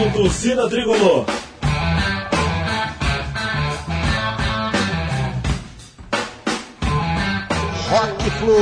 Atenção, torcida tricolor. Rock Flu.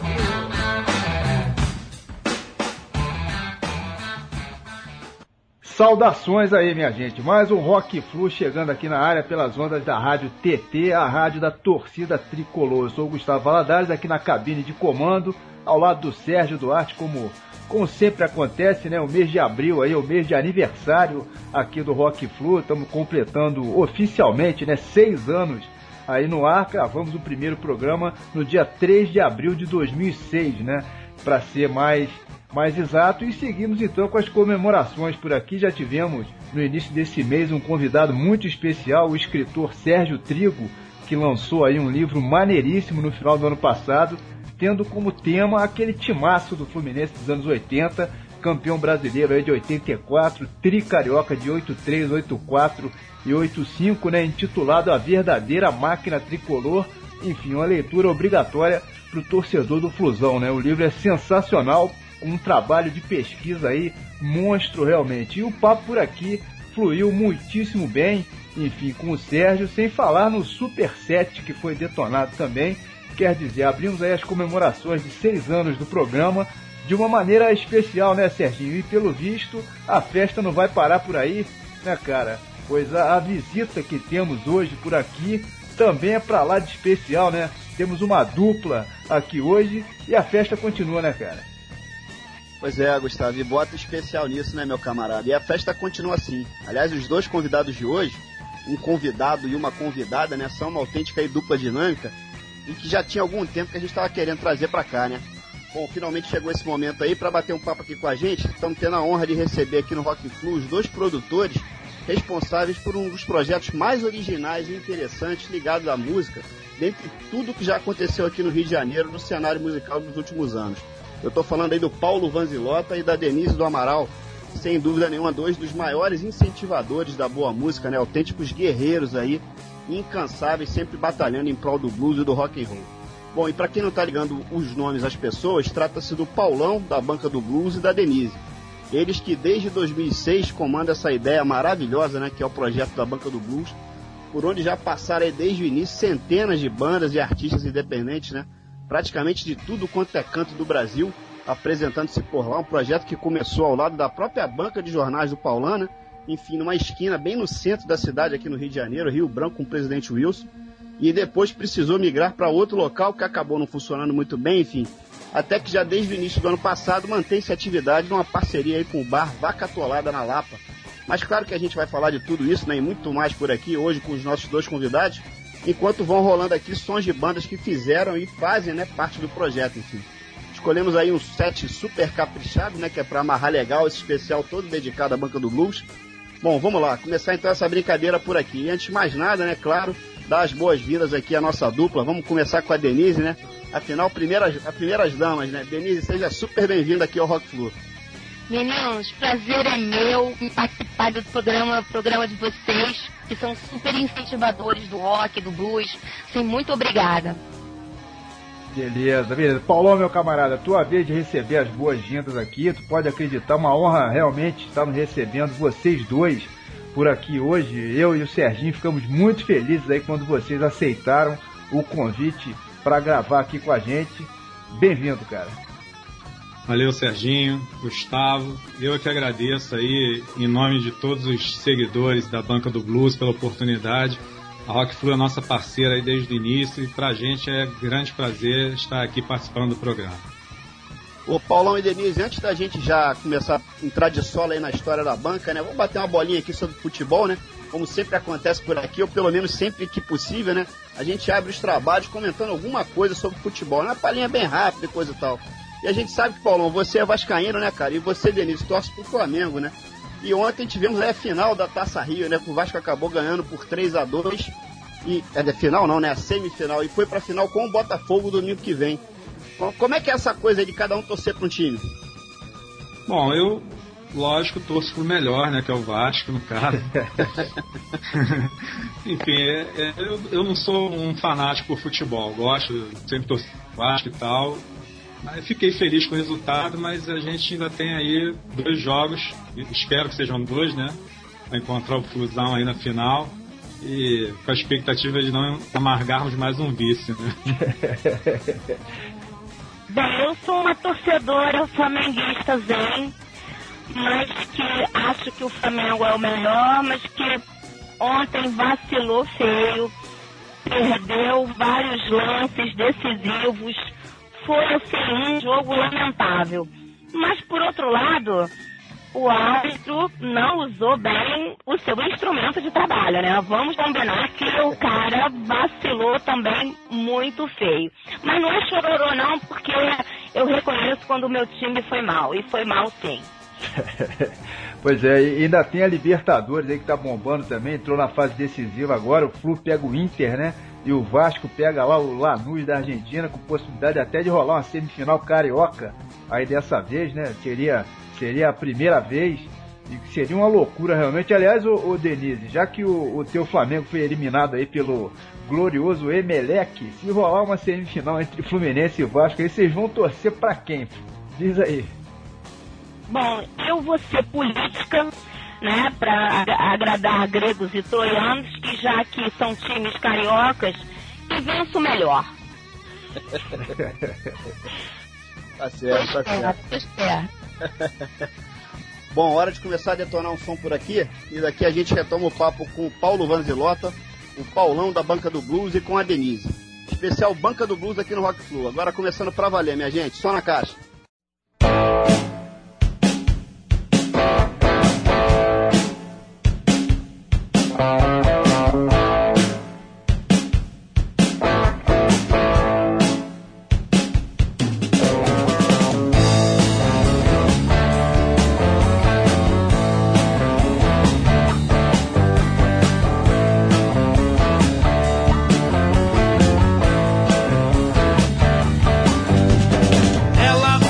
Saudações aí, minha gente. Mais um Rock Flu chegando aqui na área pelas ondas da Rádio TT, a rádio da torcida tricolor. Eu sou o Gustavo Valadares, aqui na cabine de comando, ao lado do Sérgio Duarte, como sempre acontece, né? O mês de abril aí, o mês de aniversário aqui do Rock Flu. Estamos completando oficialmente, né, 6 anos aí no ar. Gravamos o primeiro programa no dia 3 de abril de 2006, né? Para ser mais exato, e seguimos então com as comemorações por aqui. Já tivemos no início desse mês um convidado muito especial, o escritor Sérgio Trigo, que lançou aí um livro maneiríssimo no final do ano passado, tendo como tema aquele timaço do Fluminense dos anos 80, campeão brasileiro aí de 84, tricarioca de 83, 84 e 85, né, intitulado A Verdadeira Máquina Tricolor. Enfim, uma leitura obrigatória para o torcedor do Flusão, né? O livro é sensacional, um trabalho de pesquisa aí, monstro realmente. E o papo por aqui fluiu muitíssimo bem, enfim, com o Sérgio, sem falar no Super 7 que foi detonado também. Quer dizer, abrimos aí as comemorações de 6 anos do programa de uma maneira especial, né, Serginho? E pelo visto, a festa não vai parar por aí, né, cara? Pois a visita que temos hoje por aqui também é pra lá de especial, né? Temos uma dupla aqui hoje e a festa continua, né, cara? Pois é, Gustavo, e bota especial nisso, né, meu camarada? E a festa continua assim. Aliás, os dois convidados de hoje, um convidado e uma convidada, né, são uma autêntica e dupla dinâmica e que já tinha algum tempo que a gente estava querendo trazer para cá, né? Bom, finalmente chegou esse momento aí para bater um papo aqui com a gente. Estamos tendo a honra de receber aqui no Rock Flu os dois produtores responsáveis por um dos projetos mais originais e interessantes ligados à música, dentre tudo que já aconteceu aqui no Rio de Janeiro no cenário musical dos últimos anos. Eu estou falando aí do Paulo Vanzilota e da Denise do Amaral, sem dúvida nenhuma, dois dos maiores incentivadores da boa música, né? Autênticos guerreiros aí, incansáveis, sempre batalhando em prol do blues e do rock and roll. Bom, e para quem não está ligando os nomes às pessoas, trata-se do Paulão, da Banca do Blues, e da Denise. Eles que desde 2006 comandam essa ideia maravilhosa, né? Que é o projeto da Banca do Blues, por onde já passaram aí desde o início centenas de bandas e artistas independentes, né? Praticamente de tudo quanto é canto do Brasil, apresentando-se por lá, um projeto que começou ao lado da própria banca de jornais do Paulão, né? Enfim, numa esquina bem no centro da cidade aqui no Rio de Janeiro, Rio Branco, com o presidente Wilson, e depois precisou migrar para outro local que acabou não funcionando muito bem, enfim, até que já desde o início do ano passado mantém-se atividade numa parceria aí com o bar Vaca Atolada na Lapa. Mas claro que a gente vai falar de tudo isso, né, e muito mais por aqui hoje com os nossos dois convidados, enquanto vão rolando aqui sons de bandas que fizeram e fazem, né, parte do projeto, enfim. Escolhemos aí um set super caprichado, né, que é para amarrar legal esse especial todo dedicado à Banca do Blues. Bom, vamos lá, começar então essa brincadeira por aqui. E antes de mais nada, né, claro, dar as boas-vindas aqui à nossa dupla. Vamos começar com a Denise, né? Afinal, primeiras damas, né? Denise, seja super bem-vinda aqui ao Rock Flu. Meninos, prazer é meu em participar do programa de vocês, que são super incentivadores do rock, do blues. Sim, muito obrigada. Beleza. Paulão, meu camarada, tua vez de receber as boas-vindas aqui. Tu pode acreditar, uma honra realmente estar nos recebendo vocês dois por aqui hoje. Eu e o Serginho ficamos muito felizes aí quando vocês aceitaram o convite para gravar aqui com a gente. Bem-vindo, cara. Valeu, Serginho, Gustavo. Eu que agradeço aí, em nome de todos os seguidores da Banca do Blues, pela oportunidade. A Rock Flu é nossa parceira aí desde o início e pra gente é grande prazer estar aqui participando do programa. Ô Paulão e Denise, antes da gente já começar a entrar de sola aí na história da banca, né? Vamos bater uma bolinha aqui sobre futebol, né? Como sempre acontece por aqui, ou pelo menos sempre que possível, né? A gente abre os trabalhos comentando alguma coisa sobre futebol, uma palhinha bem rápida e coisa e tal. E a gente sabe que, Paulão, você é vascaíno, né, cara? E você, Denise, torce pro Flamengo, né? E ontem tivemos a final da Taça Rio, né? O Vasco acabou ganhando por 3-2. E a final não, né? A semifinal. E foi pra final com o Botafogo domingo que vem. Como é que é essa coisa aí de cada um torcer pra um time? Bom, eu, lógico, torço pro melhor, né? Que é o Vasco, no caso. Enfim, eu não sou um fanático por futebol. Gosto, sempre torço pro Vasco e tal. Mas fiquei feliz com o resultado, mas a gente ainda tem aí 2 jogos, espero que sejam 2, né? Para encontrar o Flusão aí na final. E com a expectativa de não amargarmos mais um vice, né? Bem, eu sou uma torcedora flamenguista zen, mas que acho que o Flamengo é o melhor, mas que ontem vacilou feio, perdeu vários lances decisivos, foi assim, um jogo lamentável. Mas por outro lado, o árbitro não usou bem o seu instrumento de trabalho, né? Vamos combinar que o cara vacilou também muito feio. Mas não é chororô não, porque eu reconheço quando o meu time foi mal, e foi mal sim. Pois é, e ainda tem a Libertadores aí que tá bombando também, entrou na fase decisiva agora, o Flu pega o Inter, né? E o Vasco pega lá o Lanús da Argentina, com possibilidade até de rolar uma semifinal carioca aí dessa vez, né? Seria a primeira vez e seria uma loucura realmente. Aliás, o Denise, já que o teu Flamengo foi eliminado aí pelo glorioso Emelec, se rolar uma semifinal entre Fluminense e Vasco, aí vocês vão torcer pra quem? Diz aí. Bom, eu vou ser política, né, para agradar gregos e troianos, que já que são times cariocas, que vença o melhor. Tá certo, tá certo. Bom, hora de começar a detonar um som por aqui, e daqui a gente retoma o papo com o Paulo Vanzilota, o Paulão da Banca do Blues e com a Denise. Especial Banca do Blues aqui no Rock Flu. Agora começando pra valer, minha gente, só na caixa. Ela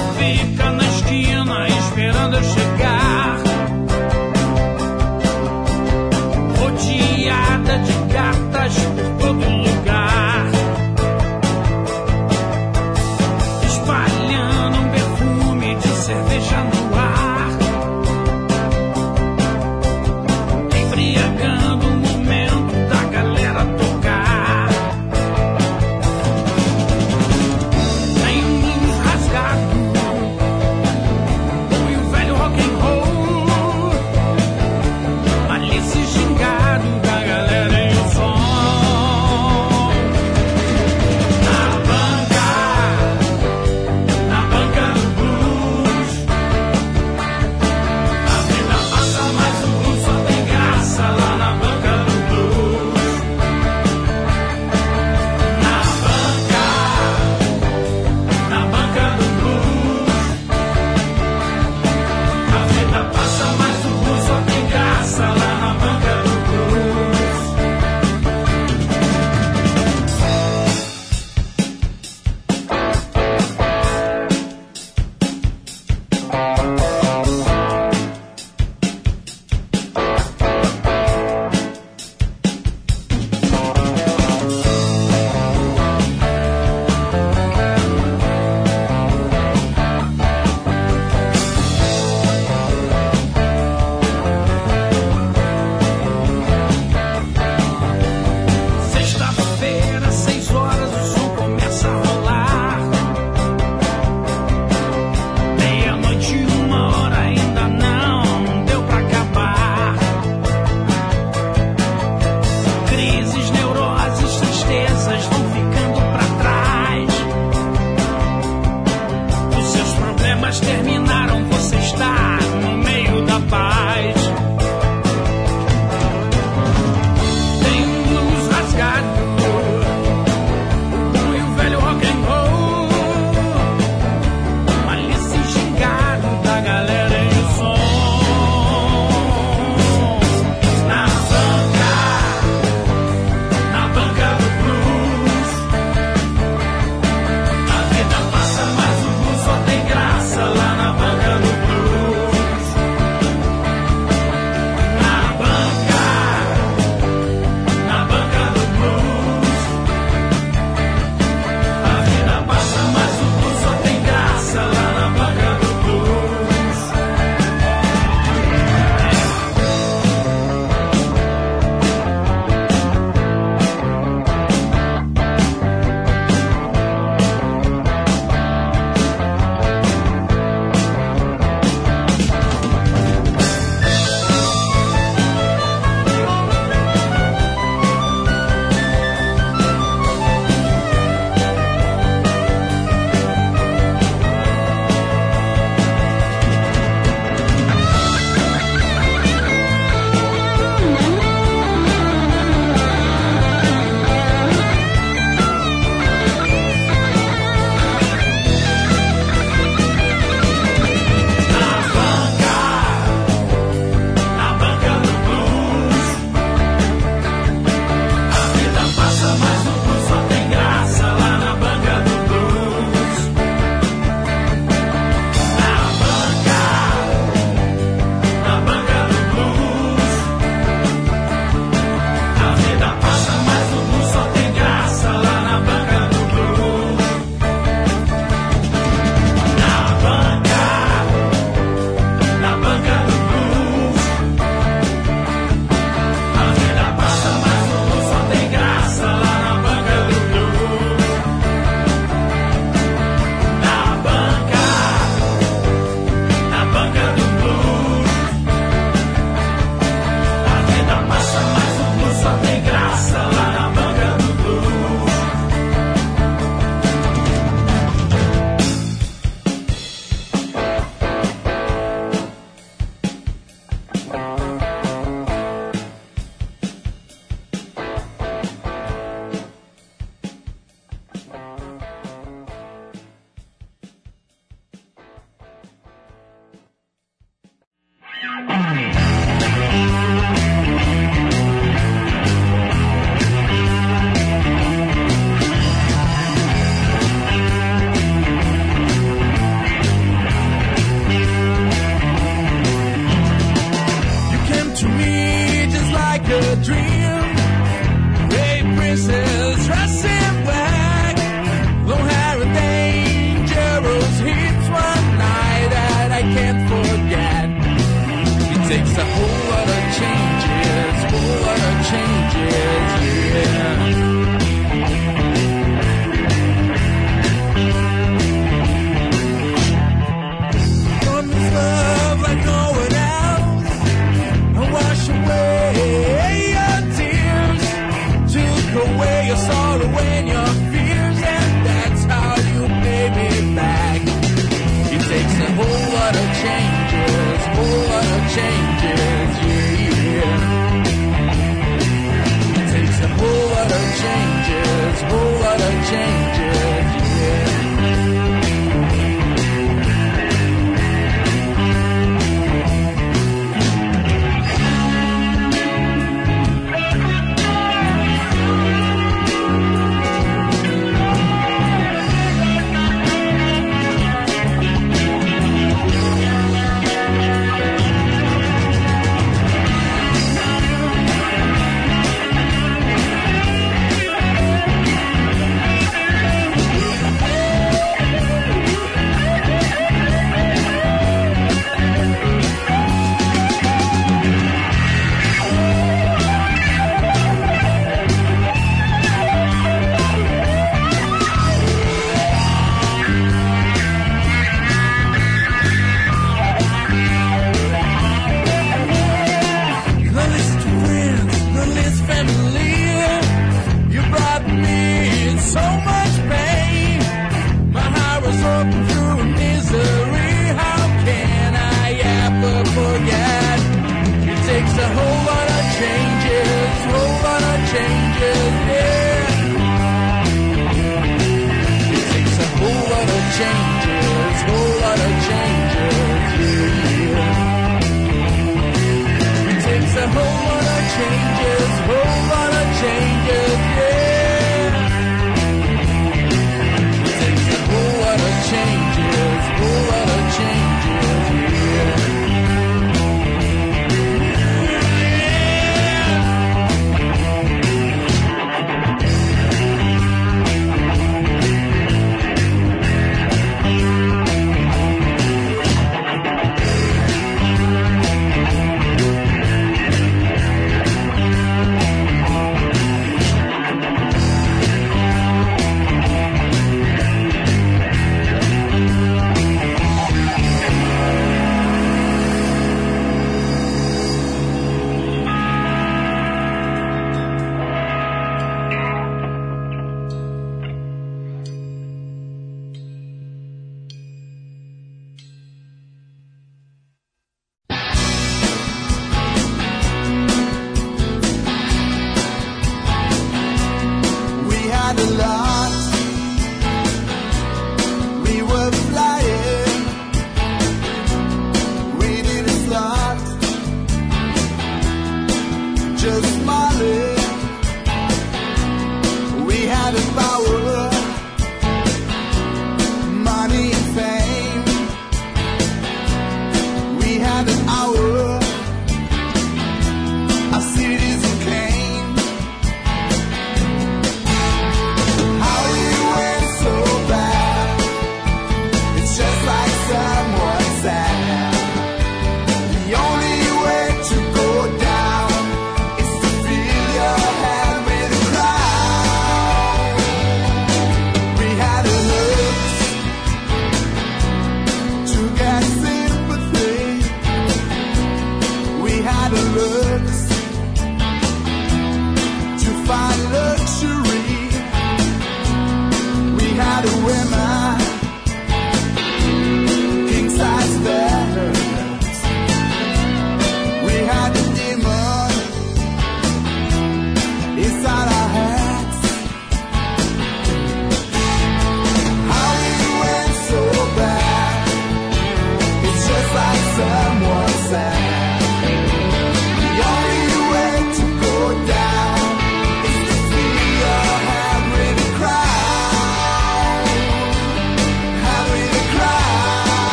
Change.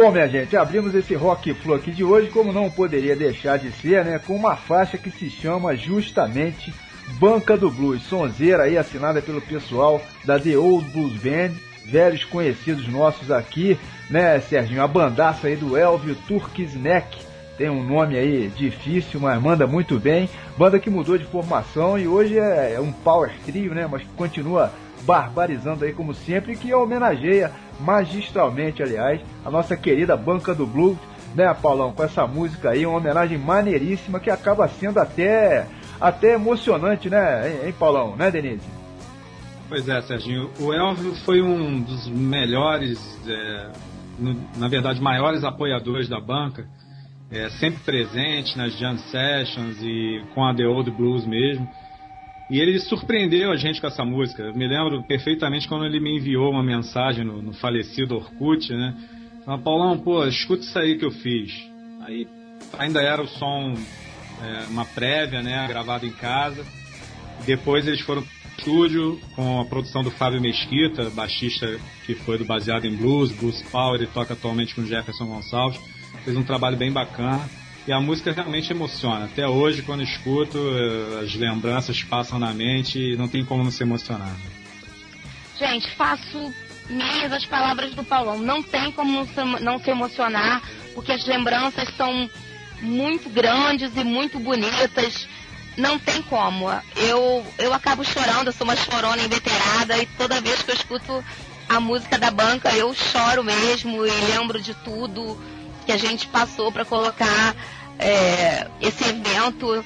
Bom, minha gente, abrimos esse Rock Flu aqui de hoje, como não poderia deixar de ser, né, com uma faixa que se chama justamente Banca do Blues, sonzeira aí assinada pelo pessoal da The Old Blues Band, velhos conhecidos nossos aqui, né, Serginho, a bandaça aí do Elvio Turkis Neck, tem um nome aí difícil, mas manda muito bem, banda que mudou de formação e hoje é um power trio, né, mas que continua barbarizando aí como sempre, que homenageia magistralmente, aliás, a nossa querida Banca do Blues, né, Paulão, com essa música aí, uma homenagem maneiríssima que acaba sendo até emocionante, né, hein, Paulão, né, Denise? Pois é, Serginho, o Elvio foi um dos melhores, na verdade, maiores apoiadores da banca, sempre presente nas jam sessions e com a The Old Blues mesmo. E ele surpreendeu a gente com essa música. Eu me lembro perfeitamente quando ele me enviou uma mensagem no falecido Orkut, né? Falando, Paulão, pô, escuta isso aí que eu fiz. Aí ainda era o som, uma prévia, né? Gravado em casa. Depois eles foram pro estúdio com a produção do Fábio Mesquita, baixista que foi do Baseado em Blues Power, ele toca atualmente com o Jefferson Gonçalves. Fez um trabalho bem bacana. E a música realmente emociona. Até hoje, quando escuto, as lembranças passam na mente e não tem como não se emocionar. Gente, faço minhas as palavras do Paulão. Não tem como não se emocionar, porque as lembranças são muito grandes e muito bonitas. Não tem como. Eu acabo chorando, eu sou uma chorona inveterada e toda vez que eu escuto a música da banca, eu choro mesmo e lembro de tudo que a gente passou para colocar esse evento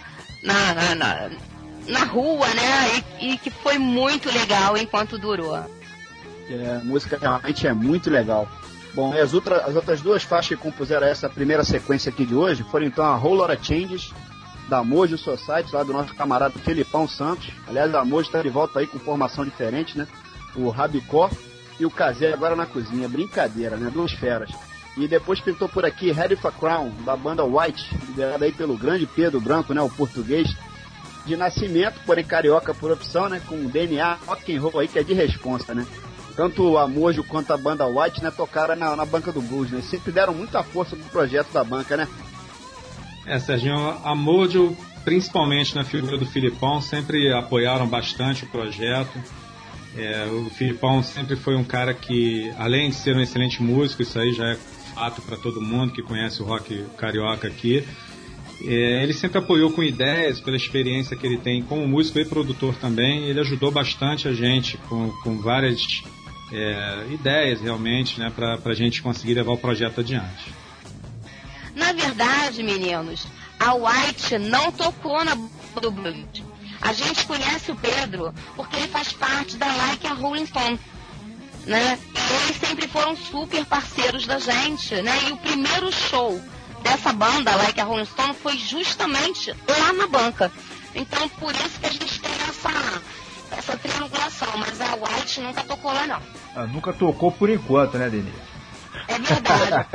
na rua, né? E que foi muito legal enquanto durou. A música realmente é muito legal. Bom, as outras duas faixas que compuseram essa primeira sequência aqui de hoje foram então a Whole Lotta Changes, da Mojo Society, lá do nosso camarada Felipão Santos. Aliás, a Mojo está de volta aí com formação diferente, né? O Rabicó e o Cazé agora na cozinha. Brincadeira, né? Duas feras. E depois pintou por aqui Ready for Crown, da banda White, liderada aí pelo grande Pedro Branco, né, o português, de nascimento, porém carioca por opção, né, com DNA rock and roll aí que é de responsa, né. Tanto a Mojo quanto a banda White, né, tocaram na banca do blues, né, sempre deram muita força pro projeto da banca, né. Serginho, a Mojo, principalmente na figura do Filipão, sempre apoiaram bastante o projeto. O Filipão sempre foi um cara que, além de ser um excelente músico, isso aí já é fato para todo mundo que conhece o rock carioca aqui, ele sempre apoiou com ideias, pela experiência que ele tem como músico e produtor também. Ele ajudou bastante a gente com várias ideias realmente, né, para a gente conseguir levar o projeto adiante. Na verdade, meninos, a White não tocou na banda do blues. A gente conhece o Pedro porque ele faz parte da Like a Rolling Stone, né? Eles sempre foram super parceiros da gente, né? E o primeiro show dessa banda, Like a Rolling Stone, foi justamente lá na banca. Então, por isso que a gente tem essa triangulação. Mas a White nunca tocou lá, não. Nunca tocou por enquanto, né, Denise? É verdade.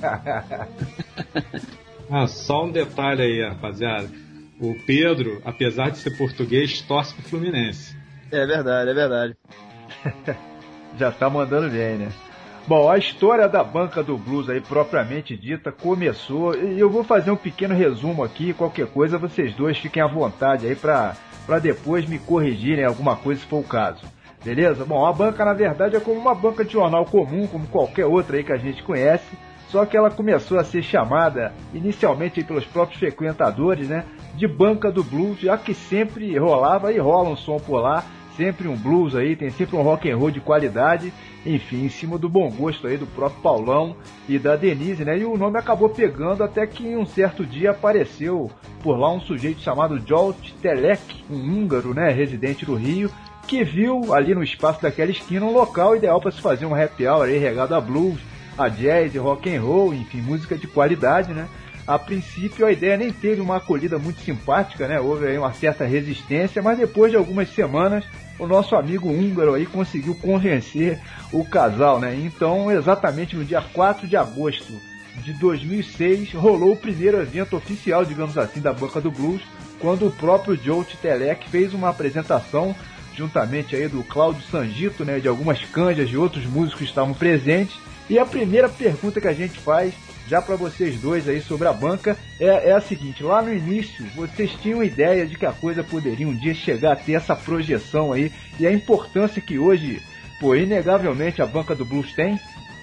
Só um detalhe aí, rapaziada. O Pedro, apesar de ser português, torce pro Fluminense. É verdade. Já tá mandando bem, né? Bom, a história da banca do blues aí propriamente dita começou, e eu vou fazer um pequeno resumo aqui, qualquer coisa vocês dois fiquem à vontade aí pra depois me corrigirem alguma coisa se for o caso. Beleza? Bom, a banca na verdade é como uma banca de jornal comum, como qualquer outra aí que a gente conhece, só que ela começou a ser chamada inicialmente aí pelos próprios frequentadores, né, de banca do blues, já que sempre rolava e rola um som por lá, sempre um blues aí, tem sempre um rock and roll de qualidade, enfim, em cima do bom gosto aí do próprio Paulão e da Denise, né? E o nome acabou pegando até que em um certo dia apareceu por lá um sujeito chamado Zsolt Telek, um húngaro, né, residente do Rio, que viu ali no espaço daquela esquina um local ideal para se fazer um happy hour aí regado a blues, a jazz, rock and roll, enfim, música de qualidade, né? A princípio a ideia nem teve uma acolhida muito simpática, né? Houve aí uma certa resistência, mas depois de algumas semanas o nosso amigo húngaro aí conseguiu convencer o casal, né? Então, exatamente no dia 4 de agosto de 2006, rolou o primeiro evento oficial, digamos assim, da Banca do Blues, quando o próprio Zsolt Telek fez uma apresentação juntamente aí do Cláudio Sangito, né, de algumas canjas de outros músicos que estavam presentes, E a primeira pergunta que a gente faz, já para vocês dois aí sobre a banca, é a seguinte: lá no início, vocês tinham ideia de que a coisa poderia um dia chegar a ter essa projeção aí, e a importância que hoje, inegavelmente, a banca do blues tem?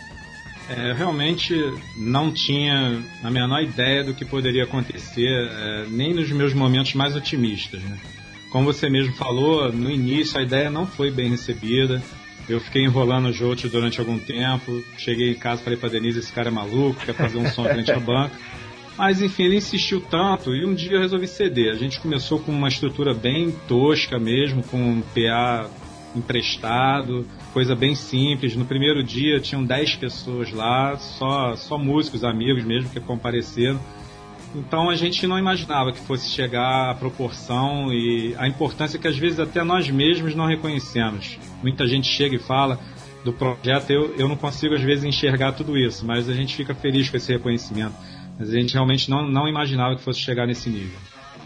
Realmente não tinha a menor ideia do que poderia acontecer, nem nos meus momentos mais otimistas, né? Como você mesmo falou, no início a ideia não foi bem recebida. Eu fiquei enrolando o Jote durante algum tempo. Cheguei em casa e falei pra Denise: esse cara é maluco, quer fazer um som frente à banca. Mas enfim, ele insistiu tanto e um dia eu resolvi ceder. A gente começou com uma estrutura bem tosca mesmo, com um PA emprestado, coisa bem simples. No primeiro dia tinham 10 pessoas lá, só músicos, amigos mesmo que compareceram. Então a gente não imaginava que fosse chegar à proporção e a importância que às vezes até nós mesmos não reconhecemos. Muita gente chega e fala do projeto, eu não consigo às vezes enxergar tudo isso, mas a gente fica feliz com esse reconhecimento. Mas a gente realmente não imaginava que fosse chegar nesse nível.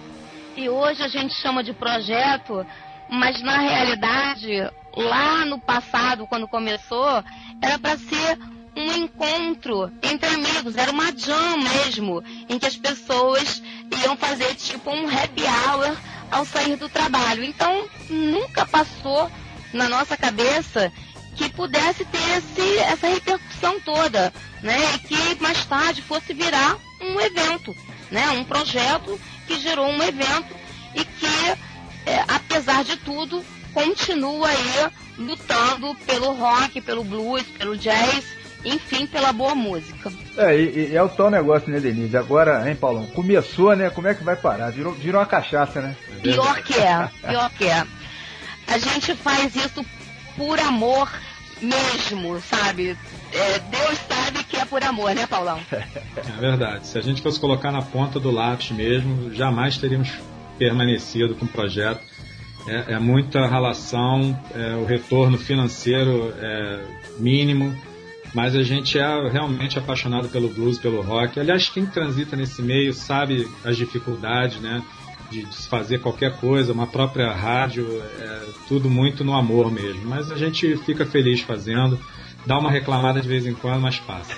E hoje a gente chama de projeto, mas na realidade, lá no passado, quando começou, era para ser um encontro entre amigos, era uma jam mesmo, em que as pessoas iam fazer tipo um happy hour ao sair do trabalho. Então, nunca passou na nossa cabeça que pudesse ter essa repercussão toda, né? E que mais tarde fosse virar um evento, né? Um projeto que gerou um evento e que, apesar de tudo, continua aí lutando pelo rock, pelo blues, pelo jazz, enfim, pela boa música. E é o tal negócio, né, Denise? Agora, hein, Paulão? Começou, né? Como é que vai parar? Virou uma cachaça, né? Pior que é. A gente faz isso por amor mesmo, sabe? Deus sabe que é por amor, né, Paulão? É verdade. Se a gente fosse colocar na ponta do lápis mesmo, jamais teríamos permanecido com o projeto. É muita ralação, o retorno financeiro é mínimo, mas a gente é realmente apaixonado pelo blues, pelo rock. Aliás, quem transita nesse meio sabe as dificuldades, né, de se fazer qualquer coisa, uma própria rádio, tudo muito no amor mesmo. Mas a gente fica feliz fazendo, dá uma reclamada de vez em quando, mas passa.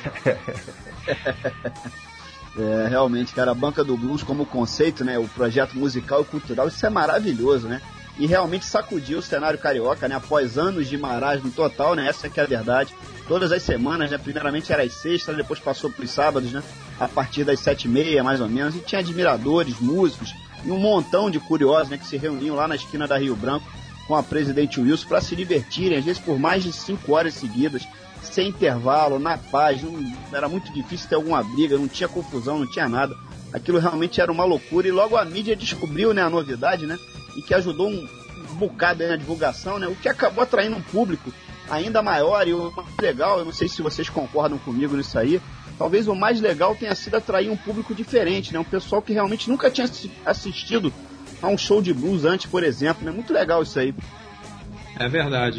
Realmente, cara, a Banca do Blues como conceito, né, o projeto musical e cultural, isso é maravilhoso, né? E realmente sacudiu o cenário carioca, né? Após anos de marasmo total, né? Essa que é a verdade. Todas as semanas, né? Primeiramente era às sextas, depois passou para os sábados, né? A partir das 7h30, mais ou menos. E tinha admiradores, músicos e um montão de curiosos, né? Que se reuniam lá na esquina da Rio Branco com a Presidente Wilson para se divertirem, às vezes por mais de 5 horas seguidas, sem intervalo, na paz. Era muito difícil ter alguma briga, não tinha confusão, não tinha nada. Aquilo realmente era uma loucura. E logo a mídia descobriu, né, a novidade, né? E que ajudou um bocado aí na divulgação, né? O que acabou atraindo um público ainda maior. E o mais legal, eu não sei se vocês concordam comigo nisso aí, talvez o mais legal tenha sido atrair um público diferente, né? Um pessoal que realmente nunca tinha assistido a um show de blues antes, por exemplo, né? Muito legal isso aí. É verdade,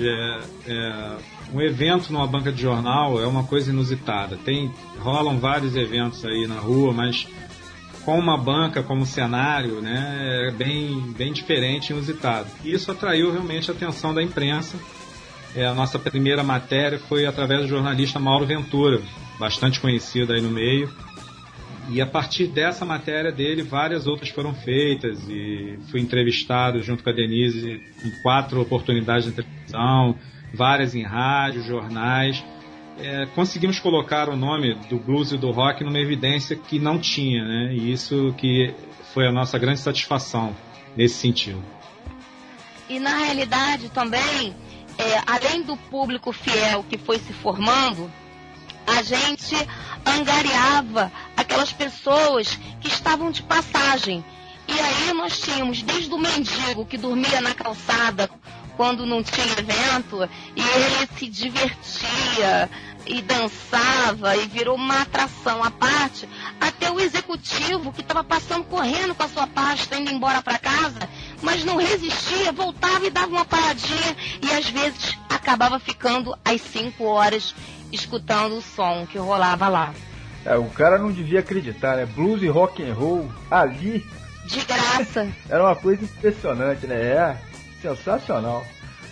um evento numa banca de jornal é uma coisa inusitada. Rolam vários eventos aí na rua, mas com uma banca como cenário, né, é bem diferente e inusitado. E isso atraiu realmente a atenção da imprensa. A nossa primeira matéria foi através do jornalista Mauro Ventura, bastante conhecido aí no meio. E a partir dessa matéria dele, várias outras foram feitas e fui entrevistado junto com a Denise em 4 oportunidades de televisão, várias em rádio, jornais. Conseguimos colocar o nome do blues e do rock numa evidência que não tinha, né? E isso que foi a nossa grande satisfação nesse sentido. E na realidade também, além do público fiel que foi se formando, a gente angariava aquelas pessoas que estavam de passagem. E aí nós tínhamos desde o mendigo que dormia na calçada quando não tinha evento, e ele se divertia e dançava e virou uma atração à parte, até o executivo que estava passando correndo com a sua pasta indo embora para casa, mas não resistia, voltava e dava uma paradinha e às vezes acabava ficando às 5 horas escutando o som que rolava lá. O cara não devia acreditar, né? Blues e rock and roll ali de graça. Era uma coisa impressionante, né? Sensacional.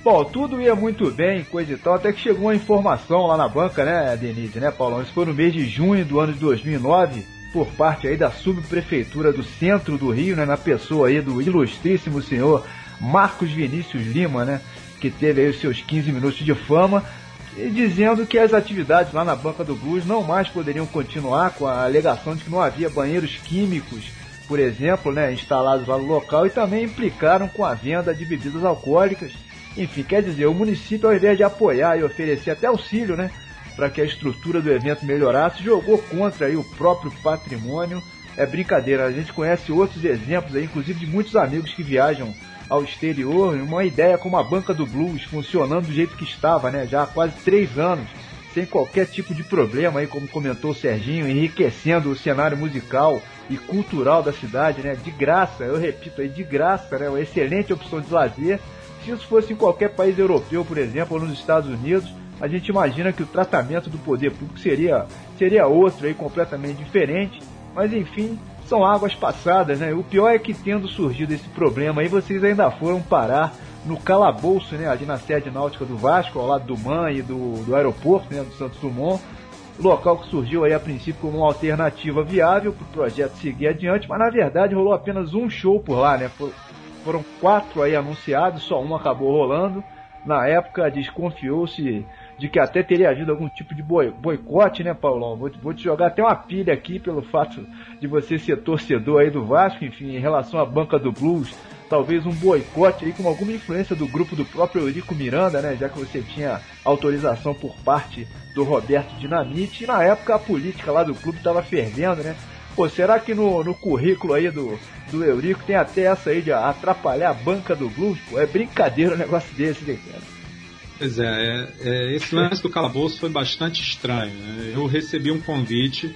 Bom, tudo ia muito bem, coisa e tal, até que chegou uma informação lá na banca, né, Denise, né, Paulão? Isso foi no mês de junho do ano de 2009, por parte aí da subprefeitura do centro do Rio, né, na pessoa aí do ilustríssimo senhor Marcos Vinícius Lima, né, que teve aí os seus 15 minutos de fama, e dizendo que as atividades lá na Banca do Blues não mais poderiam continuar, com a alegação de que não havia banheiros químicos, por exemplo, né, instalados lá no local, e também implicaram com a venda de bebidas alcoólicas. Enfim, quer dizer, o município, ao invés de apoiar e oferecer até auxílio, né, para que a estrutura do evento melhorasse, jogou contra aí o próprio patrimônio. É brincadeira, a gente conhece outros exemplos aí, inclusive de muitos amigos que viajam ao exterior, uma ideia como a Banca do Blues funcionando do jeito que estava, né, já há quase 3 anos, sem qualquer tipo de problema aí, como comentou o Serginho, enriquecendo o cenário musical e cultural da cidade, né, de graça, eu repito aí, de graça, né, uma excelente opção de lazer. Se isso fosse em qualquer país europeu, por exemplo, ou nos Estados Unidos, a gente imagina que o tratamento do poder público seria outro, aí, completamente diferente. Mas enfim, são águas passadas, né? O pior é que, tendo surgido esse problema aí, vocês ainda foram parar no calabouço, né, ali na sede náutica do Vasco, ao lado do MAN e do aeroporto, né, do Santos Dumont. Local que surgiu aí a princípio como uma alternativa viável para o projeto seguir adiante, mas na verdade rolou apenas um show por lá, né? Foram 4 aí anunciados, só um acabou rolando. Na época desconfiou-se de que até teria havido algum tipo de boicote, né, Paulão? Vou te jogar até uma pilha aqui pelo fato de você ser torcedor aí do Vasco, enfim, em relação à Banca do Blues, talvez um boicote aí com alguma influência do grupo do próprio Eurico Miranda, né, já que você tinha autorização por parte do Roberto Dinamite, e na época a política lá do clube estava fervendo, né? Pô, será que no currículo aí do Eurico tem até essa aí de atrapalhar a Banca do Blues? Pô, é brincadeira um negócio desse, né, cara? Pois esse lance do calabouço foi bastante estranho, né? Eu recebi um convite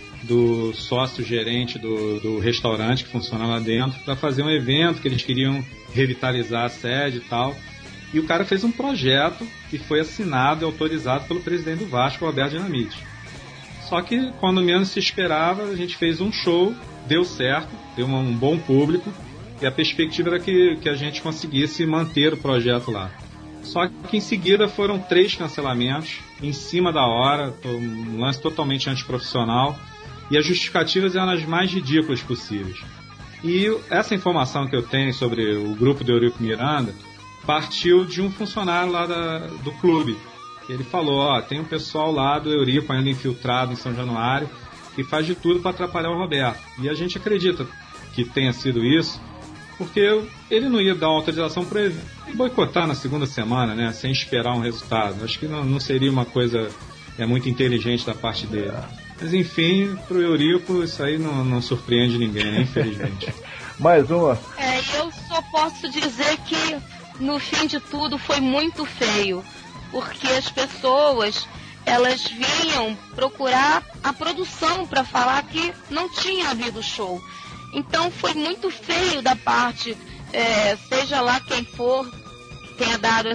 do sócio-gerente do restaurante que funciona lá dentro para fazer um evento que eles queriam revitalizar a sede e tal. E o cara fez um projeto que foi assinado e autorizado pelo presidente do Vasco, Roberto Dinamite. Só que, quando menos se esperava, a gente fez um show, deu certo, deu um bom público, e a perspectiva era que a gente conseguisse manter o projeto lá. Só que em seguida foram 3 cancelamentos, em cima da hora, um lance totalmente antiprofissional, e as justificativas eram as mais ridículas possíveis. E essa informação que eu tenho sobre o grupo do Eurico Miranda partiu de um funcionário lá do clube. Ele falou, tem um pessoal lá do Eurico ainda infiltrado em São Januário que faz de tudo para atrapalhar o Roberto. E a gente acredita que tenha sido isso, porque ele não ia dar uma autorização para ele boicotar na segunda semana, né, sem esperar um resultado. Acho que não seria uma coisa muito inteligente da parte dele. Mas enfim, pro Eurico isso aí não surpreende ninguém, né, infelizmente. Mais uma. Eu só posso dizer que no fim de tudo foi muito feio. Porque as pessoas, elas vinham procurar a produção para falar que não tinha havido show. Então foi muito feio da parte, seja lá quem for, tenha dado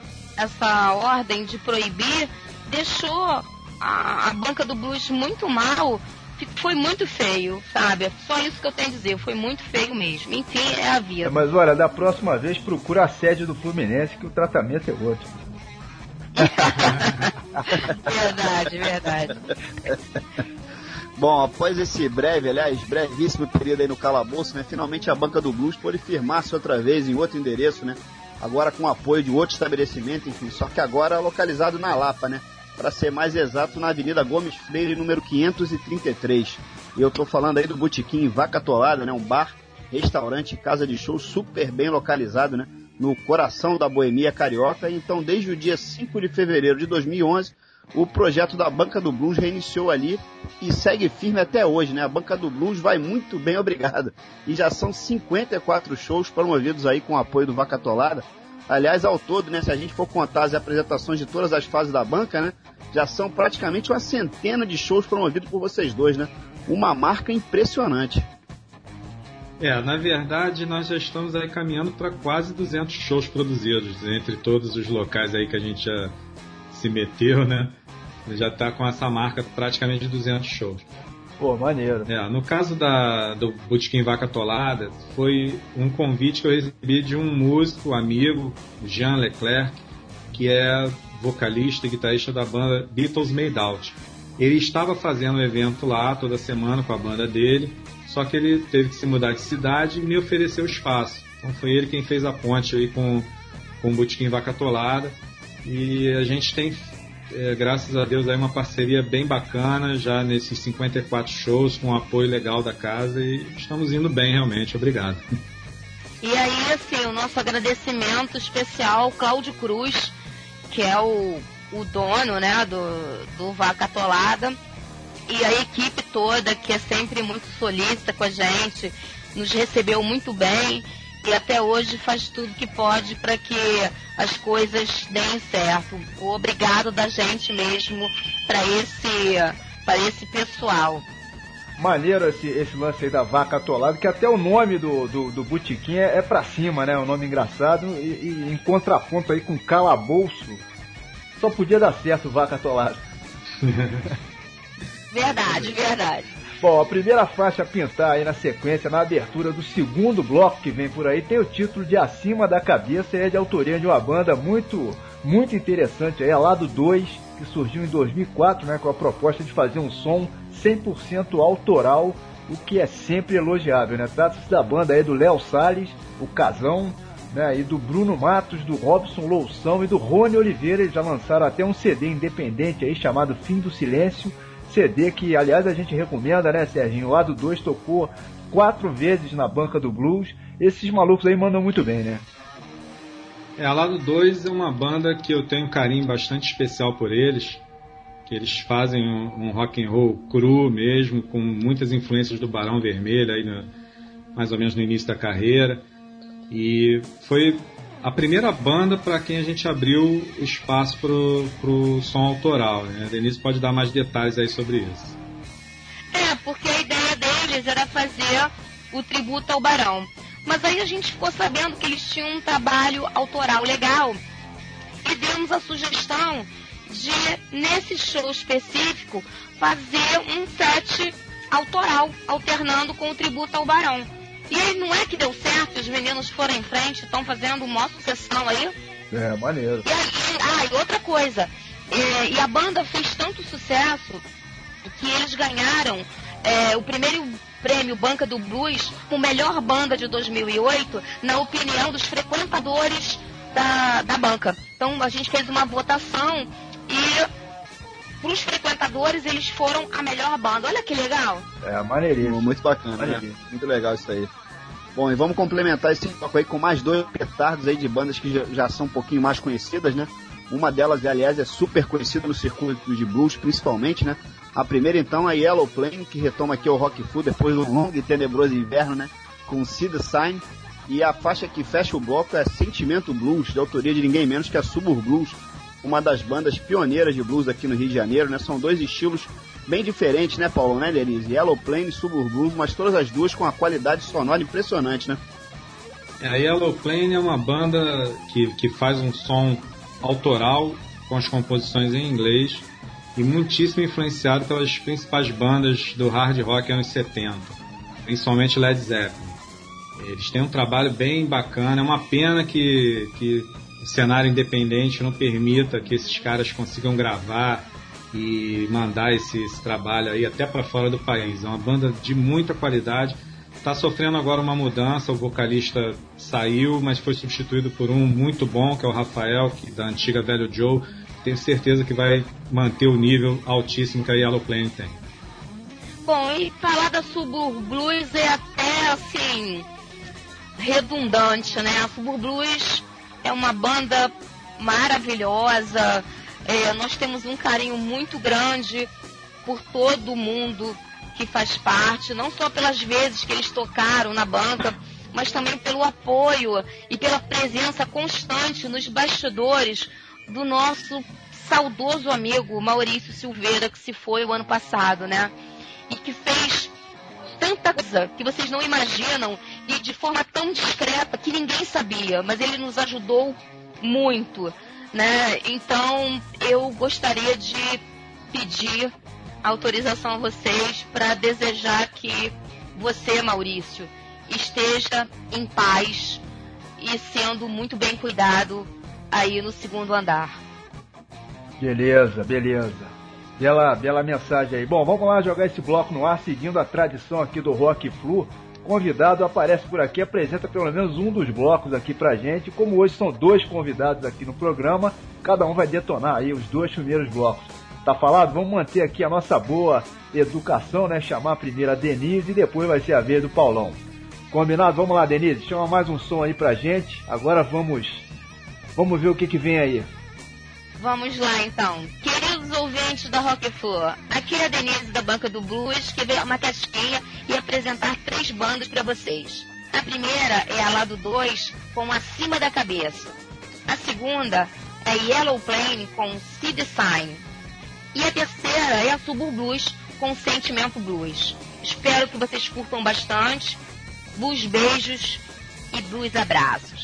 essa ordem de proibir, deixou a Banca do Blues muito mal, foi muito feio, sabe? É só isso que eu tenho a dizer, foi muito feio mesmo. Enfim, é a vida. Mas olha, da próxima vez procura a sede do Fluminense, que o tratamento é outro. Verdade. Bom, após esse brevíssimo período aí no calabouço, né, finalmente a Banca do Blues pôde firmar-se outra vez em outro endereço, né, agora com o apoio de outro estabelecimento, enfim, só que agora localizado na Lapa, né, para ser mais exato, na Avenida Gomes Freire, número 533. E eu tô falando aí do Botequim Vaca Atolada, né, um bar, restaurante, casa de show super bem localizado, né, no coração da boemia carioca. Então, desde o dia 5 de fevereiro de 2011, o projeto da Banca do Blues reiniciou ali e segue firme até hoje, né? A Banca do Blues vai muito bem, obrigado. E já são 54 shows promovidos aí com o apoio do Vaca Atolada. Aliás, ao todo, né, se a gente for contar as apresentações de todas as fases da banca, né, já são praticamente uma centena de shows promovidos por vocês dois, né? Uma marca impressionante. Na verdade, nós já estamos aí caminhando para quase 200 shows produzidos, entre todos os locais aí que a gente já se meteu, né? Já está com essa marca praticamente de 200 shows. Pô, maneiro. No caso do Botequim Vaca Atolada, foi um convite que eu recebi de um músico, amigo, Jean Leclerc, que é vocalista e guitarrista da banda Beatles Made Out. Ele estava fazendo um evento lá toda semana com a banda dele, só que ele teve que se mudar de cidade e me ofereceu espaço. Então foi ele quem fez a ponte aí com o Botequim Vaca Atolada. E a gente tem, graças a Deus, aí uma parceria bem bacana, já nesses 54 shows, com o apoio legal da casa, e estamos indo bem realmente. Obrigado. E aí, assim, o nosso agradecimento especial ao Cláudio Cruz, que é o dono, né, do Vaca Atolada, e a equipe toda, que é sempre muito solícita com a gente, nos recebeu muito bem e até hoje faz tudo que pode para que as coisas deem certo. O obrigado da gente mesmo para esse pessoal. Maneiro esse lance aí da Vaca Atolada, que até o nome do botequim é pra cima, né? Um nome engraçado e em contraponto aí com calabouço. Só podia dar certo Vaca Atolada. Verdade, verdade. Bom, a primeira faixa a pintar aí na sequência, na abertura do segundo bloco que vem por aí, tem o título de Acima da Cabeça e é de autoria de uma banda muito, muito interessante aí, a Lado 2, que surgiu em 2004, né, com a proposta de fazer um som 100% autoral, o que é sempre elogiável, né? Trata-se da banda aí do Léo Salles, o Casão, né, e do Bruno Matos, do Robson Loução e do Rony Oliveira. Eles já lançaram até um CD independente aí chamado Fim do Silêncio, CD que, aliás, a gente recomenda, né, Serginho? O Lado 2 tocou 4 vezes na banca do blues. Esses malucos aí mandam muito bem, né? A Lado 2 é uma banda que eu tenho um carinho bastante especial por eles, que eles fazem um rock and roll cru mesmo, com muitas influências do Barão Vermelho, aí mais ou menos no início da carreira. E foi a primeira banda para quem a gente abriu o espaço pro som autoral, né? A Denise pode dar mais detalhes aí sobre isso. Porque a ideia deles era fazer o tributo ao Barão. Mas aí a gente ficou sabendo que eles tinham um trabalho autoral legal e demos a sugestão de, nesse show específico, fazer um set autoral, alternando com o tributo ao Barão. E aí não é que deu certo, os meninos foram em frente, estão fazendo uma sucessão aí. É, maneiro. E outra coisa, e a banda fez tanto sucesso que eles ganharam o primeiro prêmio Banca do Blues com melhor banda de 2008, na opinião dos frequentadores da banca. Então a gente fez uma votação e para os frequentadores eles foram a melhor banda. Olha que legal. Maneiríssimo. Muito bacana, né? Muito legal isso aí. Bom, e vamos complementar esse bloco aí com mais 2 petardos aí de bandas que já são um pouquinho mais conhecidas, né? Uma delas, aliás, é super conhecida no circuito de blues, principalmente, né? A primeira, então, é Yellow Plane, que retoma aqui o Rock Flu depois de um longo e tenebroso inverno, né? Com See the Sign. E a faixa que fecha o bloco é Sentimento Blues, de autoria de ninguém menos que a Suburb Blues, uma das bandas pioneiras de blues aqui no Rio de Janeiro, né? São 2 estilos bem diferentes, né, Paulo, né, Denise? Yellow Plane e Suburb Blues, mas todas as duas com a qualidade sonora impressionante, né? A Yellow Plane é uma banda que faz um som autoral com as composições em inglês e muitíssimo influenciado pelas principais bandas do hard rock anos 70, principalmente Led Zeppelin. Eles têm um trabalho bem bacana, é uma pena que o cenário independente não permita que esses caras consigam gravar e mandar esse trabalho aí até para fora do país. É uma banda de muita qualidade. Está sofrendo agora uma mudança, o vocalista saiu, mas foi substituído por um muito bom, que é o Rafael, da antiga Velho Joe. Tenho certeza que vai manter o nível altíssimo que a Yellow Plane tem. Bom, e falar da Suburb Blues é até, assim, redundante, né? A Suburb Blues é uma banda maravilhosa. Nós temos um carinho muito grande por todo mundo que faz parte, não só pelas vezes que eles tocaram na banca, mas também pelo apoio e pela presença constante nos bastidores do nosso saudoso amigo Maurício Silveira, que se foi o ano passado, né? E que fez tanta coisa que vocês não imaginam e de forma tão discreta que ninguém sabia, mas ele nos ajudou muito, né? Então eu gostaria de pedir autorização a vocês para desejar que você, Maurício, esteja em paz e sendo muito bem cuidado aí no segundo andar. Beleza. Bela mensagem aí. Bom, vamos lá jogar esse bloco no ar, seguindo a tradição aqui do Rock Flu. Convidado aparece por aqui, apresenta pelo menos um dos blocos aqui pra gente. Como hoje são 2 convidados aqui no programa, cada um vai detonar aí os 2 primeiros blocos. Tá falado? Vamos manter aqui a nossa boa educação, né? Chamar primeiro a Denise e depois vai ser a vez do Paulão. Combinado? Vamos lá, Denise, chama mais um som aí pra gente. Agora vamos ver o que vem aí. Vamos lá, então. Queridos ouvintes da Rock Flu, aqui é a Denise da Banca do Blues, que veio uma casquinha e apresentar 3 bandas para vocês. A primeira é a lado 2, com Acima da Cabeça. A segunda é Yellow Plane, com Seed Sign. E a terceira é a Subur Blues, com Sentimento Blues. Espero que vocês curtam bastante. Blues beijos e blues abraços.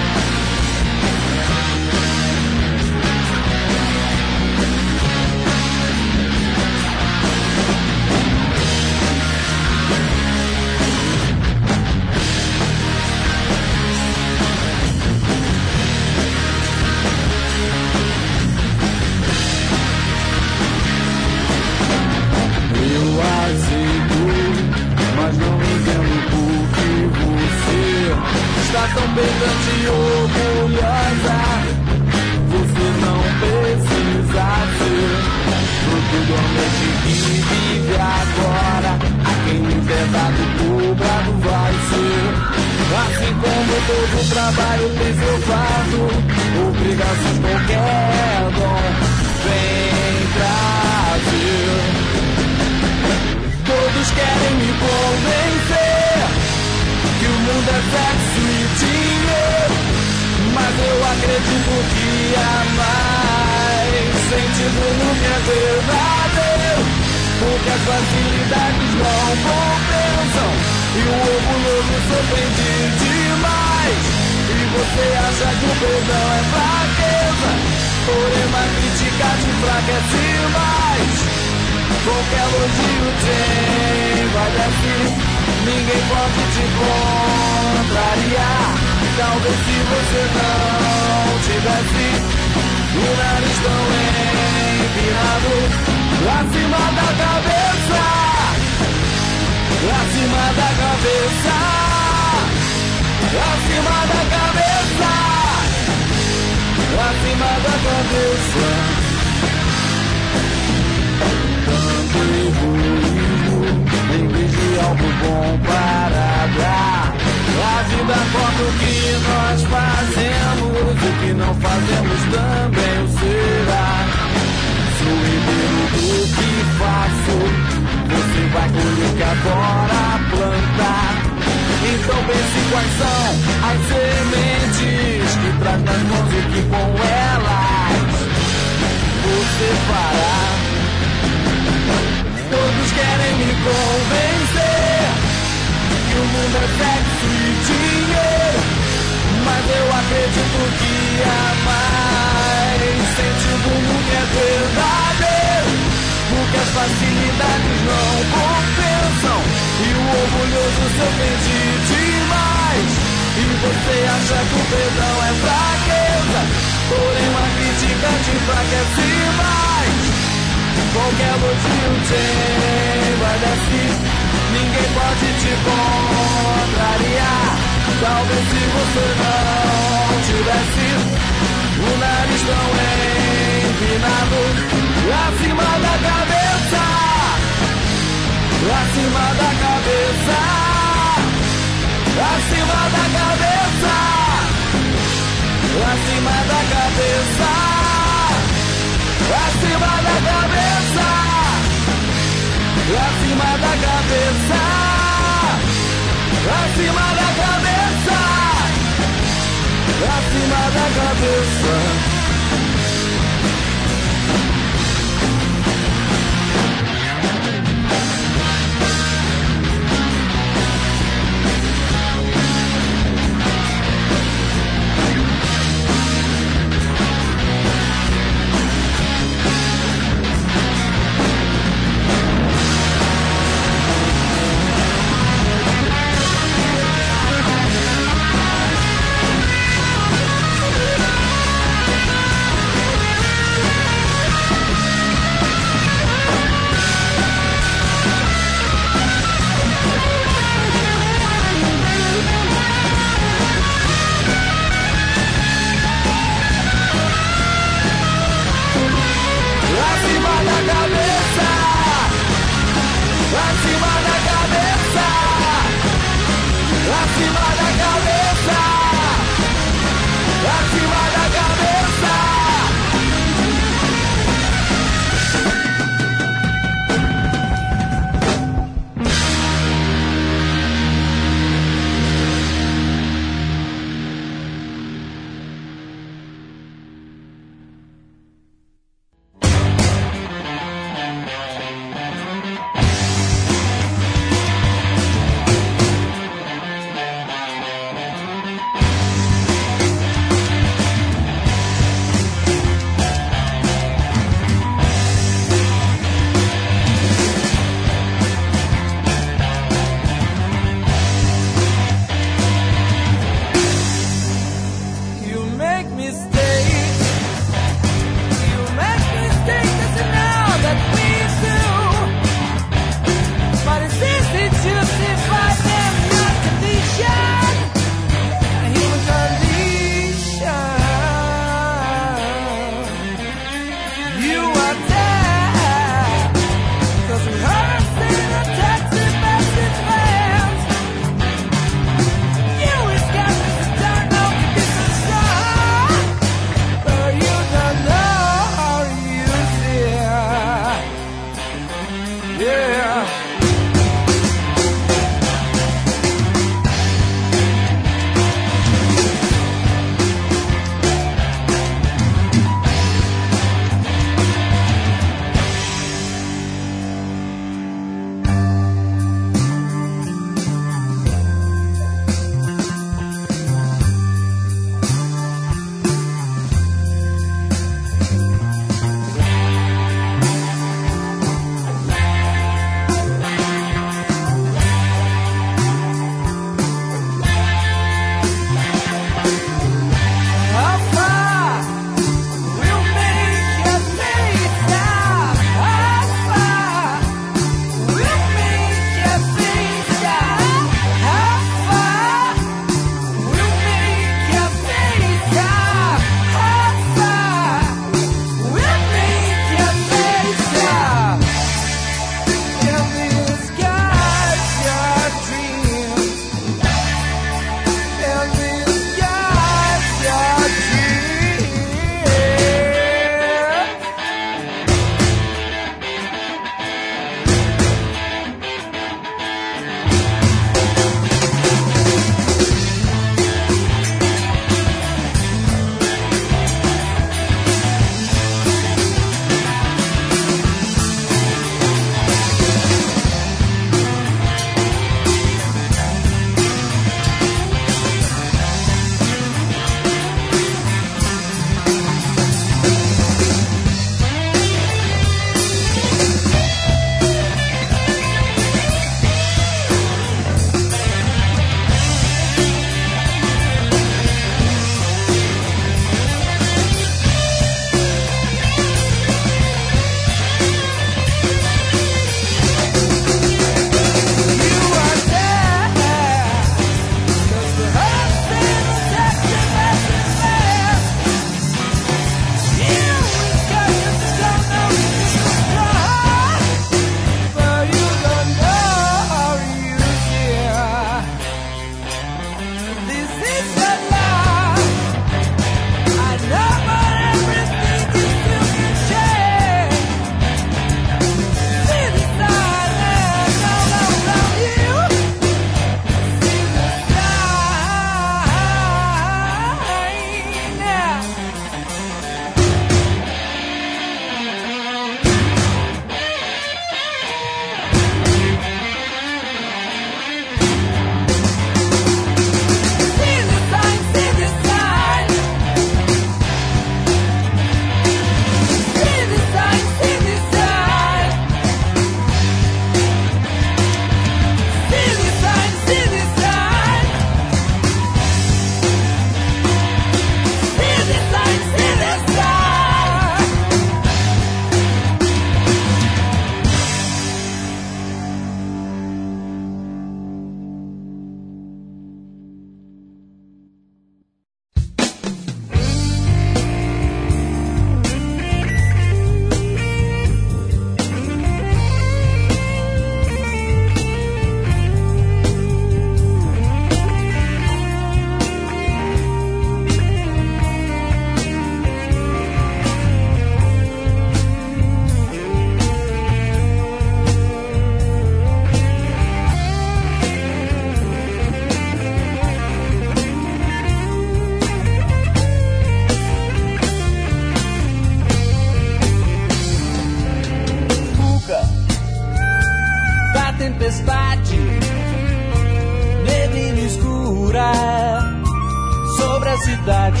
velocidade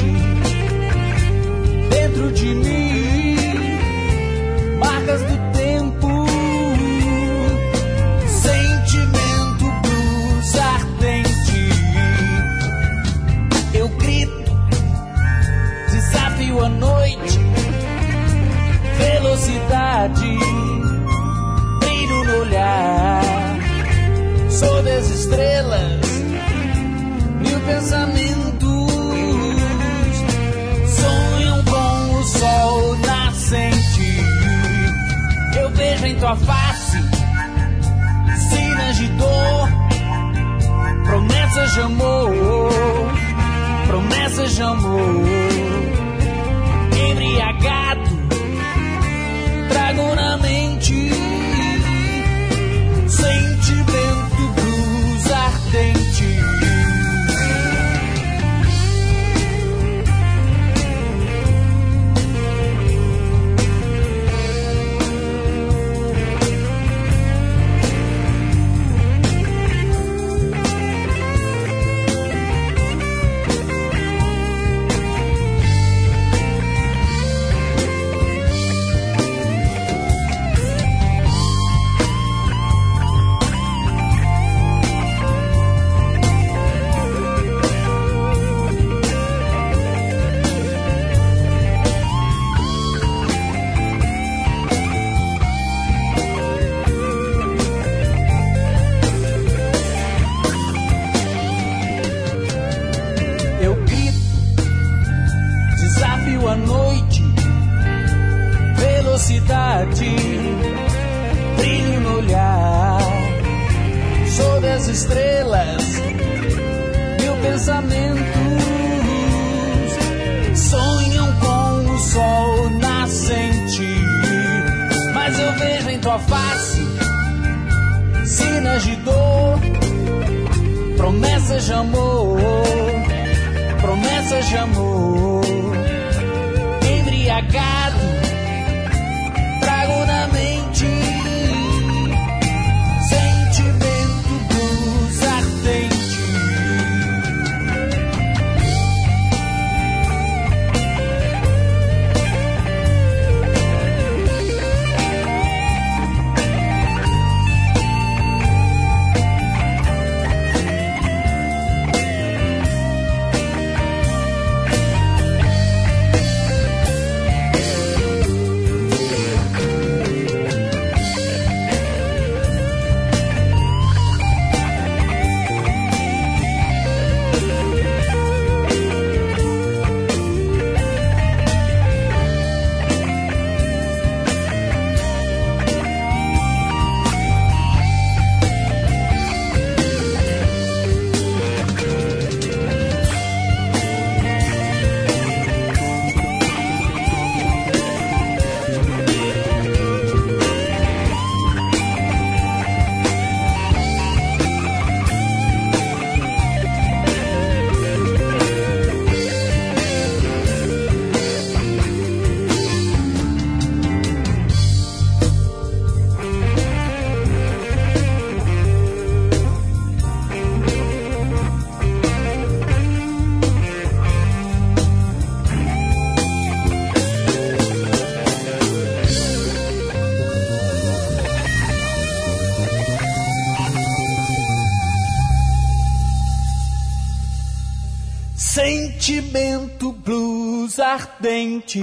dentro de mim, marcas do tempo, sentimento blues ardente. Eu grito, desafio a noite, velocidade, brilho no olhar, sob as estrelas, mil pensamentos sonham com o sol nascente. Eu vejo em tua face sinas de dor, promessas de amor, promessas de amor. Embriagado, trago na mente sentimento blues ardente. Brilho no olhar, sob as estrelas, mil pensamentos sonham com o sol nascente. Mas eu vejo em tua face sinas de dor, promessas de amor, promessas de amor. Embriagado, trago na mente sentimento blues ardente. Sentimento blues ardente.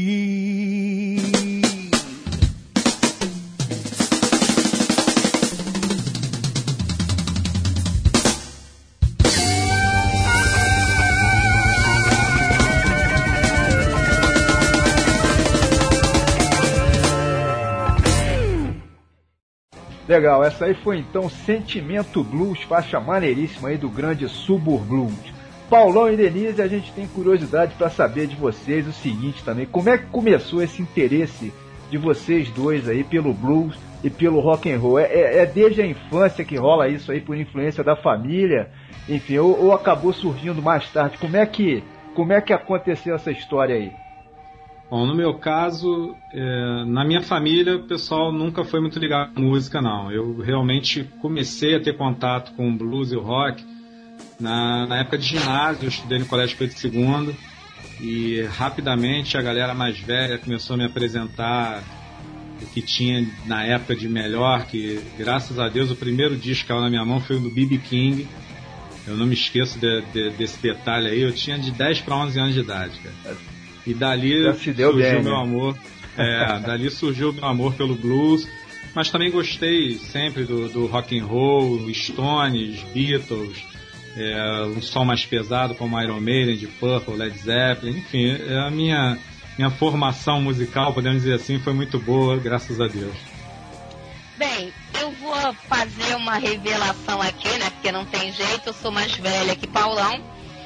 Legal, essa aí foi então Sentimento Blues, faixa maneiríssima aí do grande Subur Blues. Paulão e Denise, a gente tem curiosidade para saber de vocês o seguinte também, como é que começou esse interesse de vocês dois aí pelo blues e pelo rock and roll? É desde a infância que rola isso aí por influência da família, enfim, ou acabou surgindo mais tarde? Como é que aconteceu essa história aí? Bom, no meu caso, na minha família, o pessoal nunca foi muito ligado à música, não. Eu realmente comecei a ter contato com o blues e o rock Na época de ginásio, eu estudei no Colégio Pedro II e rapidamente a galera mais velha começou a me apresentar o que tinha na época de melhor, que graças a Deus o primeiro disco que caiu na minha mão foi o do B.B. King. Eu não me esqueço desse detalhe aí, eu tinha de 10 para 11 anos de idade, cara. E dali surgiu meu amor. Dali surgiu o meu amor pelo blues, mas também gostei sempre do rock and roll, Stones, Beatles, um som mais pesado como Iron Maiden, de Purple, Led Zeppelin, enfim, a minha formação musical, podemos dizer assim, foi muito boa, graças a Deus. Bem, eu vou fazer uma revelação aqui, né, porque não tem jeito, eu sou mais velha que Paulão,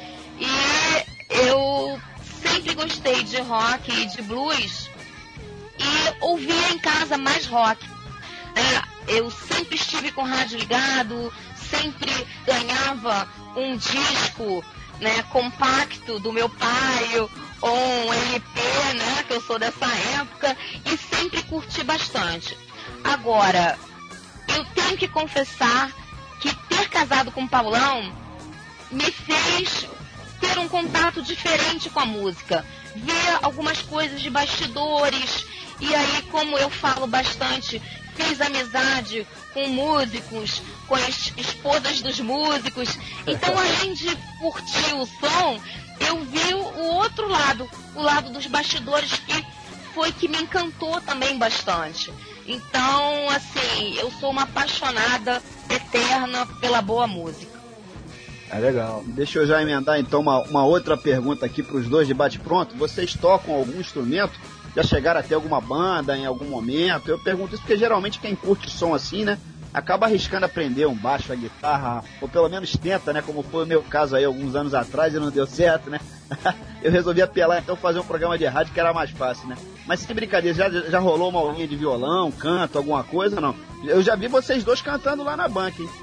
e eu sempre gostei de rock e de blues e ouvia em casa mais rock. Eu sempre estive com o rádio ligado, sempre ganhava um disco, né, compacto do meu pai ou um LP, né, que eu sou dessa época, e sempre curti bastante. Agora, eu tenho que confessar que ter casado com o Paulão me fez ter um contato diferente com a música, ver algumas coisas de bastidores, e aí, como eu falo bastante, fiz amizade com músicos, com as esposas dos músicos. Então, além de curtir o som, eu vi o outro lado, o lado dos bastidores, que foi que me encantou também bastante. Então, assim, eu sou uma apaixonada eterna pela boa música. É legal. Deixa eu já emendar então uma outra pergunta aqui para os dois de bate-pronto. Vocês tocam algum instrumento? Já chegaram a ter alguma banda em algum momento? Eu pergunto isso porque geralmente quem curte som assim, né, acaba arriscando aprender um baixo, a guitarra, ou pelo menos tenta, né, como foi o meu caso aí alguns anos atrás e não deu certo, né? Eu resolvi apelar então fazer um programa de rádio que era mais fácil, né? Mas sem brincadeira, já rolou uma aulinha de violão, canto, alguma coisa, não? Eu já vi vocês dois cantando lá na banca, hein?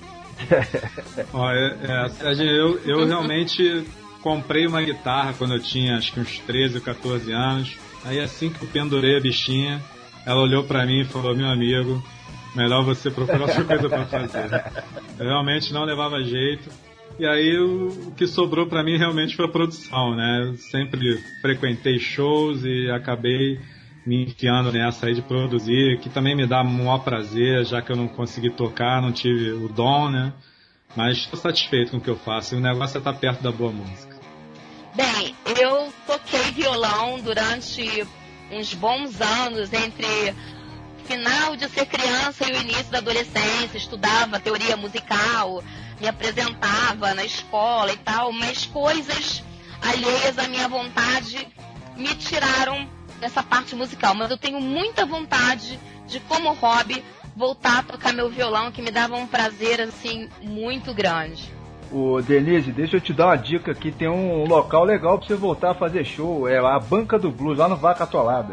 Sérgio, eu realmente comprei uma guitarra quando eu tinha acho que uns 13 ou 14 anos. Aí assim que eu pendurei a bichinha, ela olhou pra mim e falou: meu amigo, melhor você procurar outra coisa pra fazer. Eu realmente não levava jeito. E aí o que sobrou pra mim realmente foi a produção, né? Eu sempre frequentei shows e acabei me enfiando nessa aí de produzir, que também me dá um maior prazer, já que eu não consegui tocar, não tive o dom, né? Mas estou satisfeito com o que eu faço, e o negócio é estar perto da boa música. Bem, eu toquei violão durante uns bons anos, entre final de ser criança e o início da adolescência, estudava teoria musical, me apresentava na escola e tal, mas coisas alheias à minha vontade me tiraram dessa parte musical, mas eu tenho muita vontade de, como hobby, voltar a tocar meu violão, que me dava um prazer, assim, muito grande. Ô, Denise, deixa eu te dar uma dica aqui, tem um local legal pra você voltar a fazer show, é a Banca do Blues, lá no Vaca Atolada.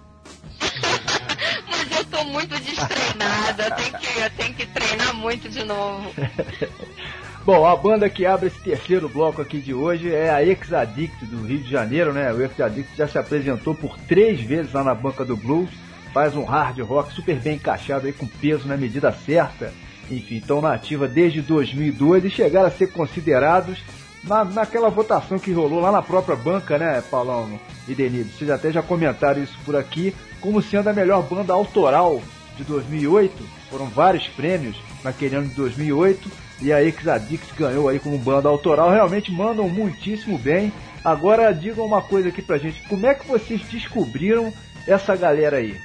Mas eu tô muito destreinada, eu tenho que treinar muito de novo. Bom, a banda que abre esse terceiro bloco aqui de hoje é a Ex-Addict do Rio de Janeiro, né? O Ex-Addict já se apresentou por 3 vezes lá na Banca do Blues, faz um hard rock super bem encaixado aí, com peso na medida certa. Enfim, estão na ativa desde 2002 e chegaram a ser considerados naquela votação que rolou lá na própria banca, né, Paulão e Denise? Vocês até já comentaram isso por aqui, como sendo a melhor banda autoral de 2008. Foram vários prêmios naquele ano de 2008. E a Ex-Addict ganhou aí como banda autoral. Realmente mandam muitíssimo bem. Agora digam uma coisa aqui pra gente: como é que vocês descobriram essa galera aí?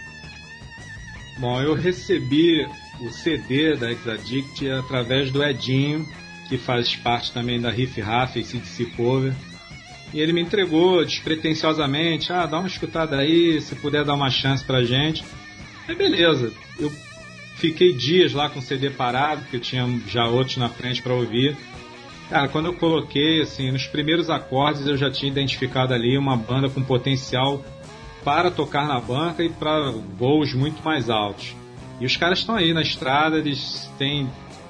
Bom, eu recebi o CD da Ex-Addict através do Edinho, que faz parte também da Riff Raff e CDC Cover. E ele me entregou despretensiosamente: dá uma escutada aí, se puder dar uma chance pra gente. Aí beleza, eu fiquei dias lá com o CD parado, porque eu tinha já outros na frente para ouvir. Cara, quando eu coloquei, assim, nos primeiros acordes eu já tinha identificado ali uma banda com potencial para tocar na banca e para voos muito mais altos. E os caras estão aí na estrada, eles têm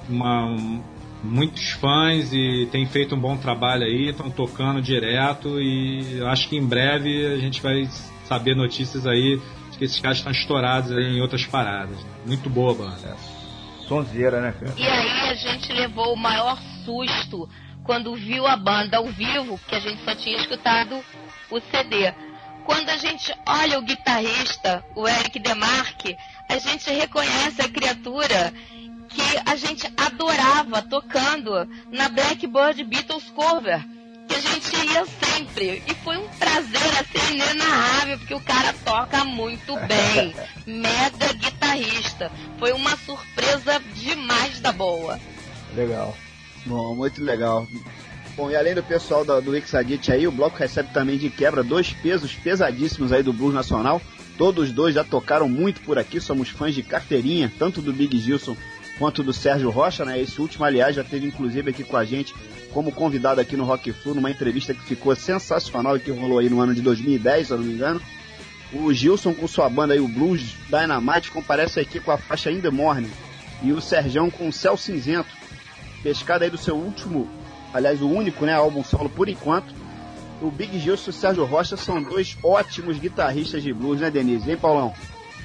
muitos fãs e têm feito um bom trabalho aí, estão tocando direto, e eu acho que em breve a gente vai saber notícias aí que esses caras estão estourados aí em outras paradas. Muito boa, banda. Sonzeira, né, cara? E aí a gente levou o maior susto quando viu a banda ao vivo, que a gente só tinha escutado o CD. Quando a gente olha o guitarrista, o Eric DeMarque, a gente reconhece a criatura que a gente adorava tocando na Blackbird Beatles Cover, que a gente ia sempre. E foi um prazer assim inenarrável, porque o cara toca muito bem. Mega guitarrista. Foi uma surpresa demais da boa. Legal. Bom, muito legal. Bom, e além do pessoal do Ixadit aí, o bloco recebe também de quebra 2 pesos pesadíssimos aí do blues nacional. Todos os dois já tocaram muito por aqui, somos fãs de carteirinha, tanto do Big Gilson quanto do Sérgio Rocha, né? Esse último, aliás, já teve inclusive aqui com a gente como convidado aqui no Rock Flu, numa entrevista que ficou sensacional e que rolou aí no ano de 2010, se eu não me engano. O Gilson com sua banda aí, o Blues Dynamite, comparece aqui com a faixa In The Morning. E o Sergião com o Céu Cinzento, pescado aí do seu último, aliás, o único, né, álbum solo por enquanto. O Big Gilson e o Sérgio Rocha são dois ótimos guitarristas de blues, né, Denise? Hein, Paulão?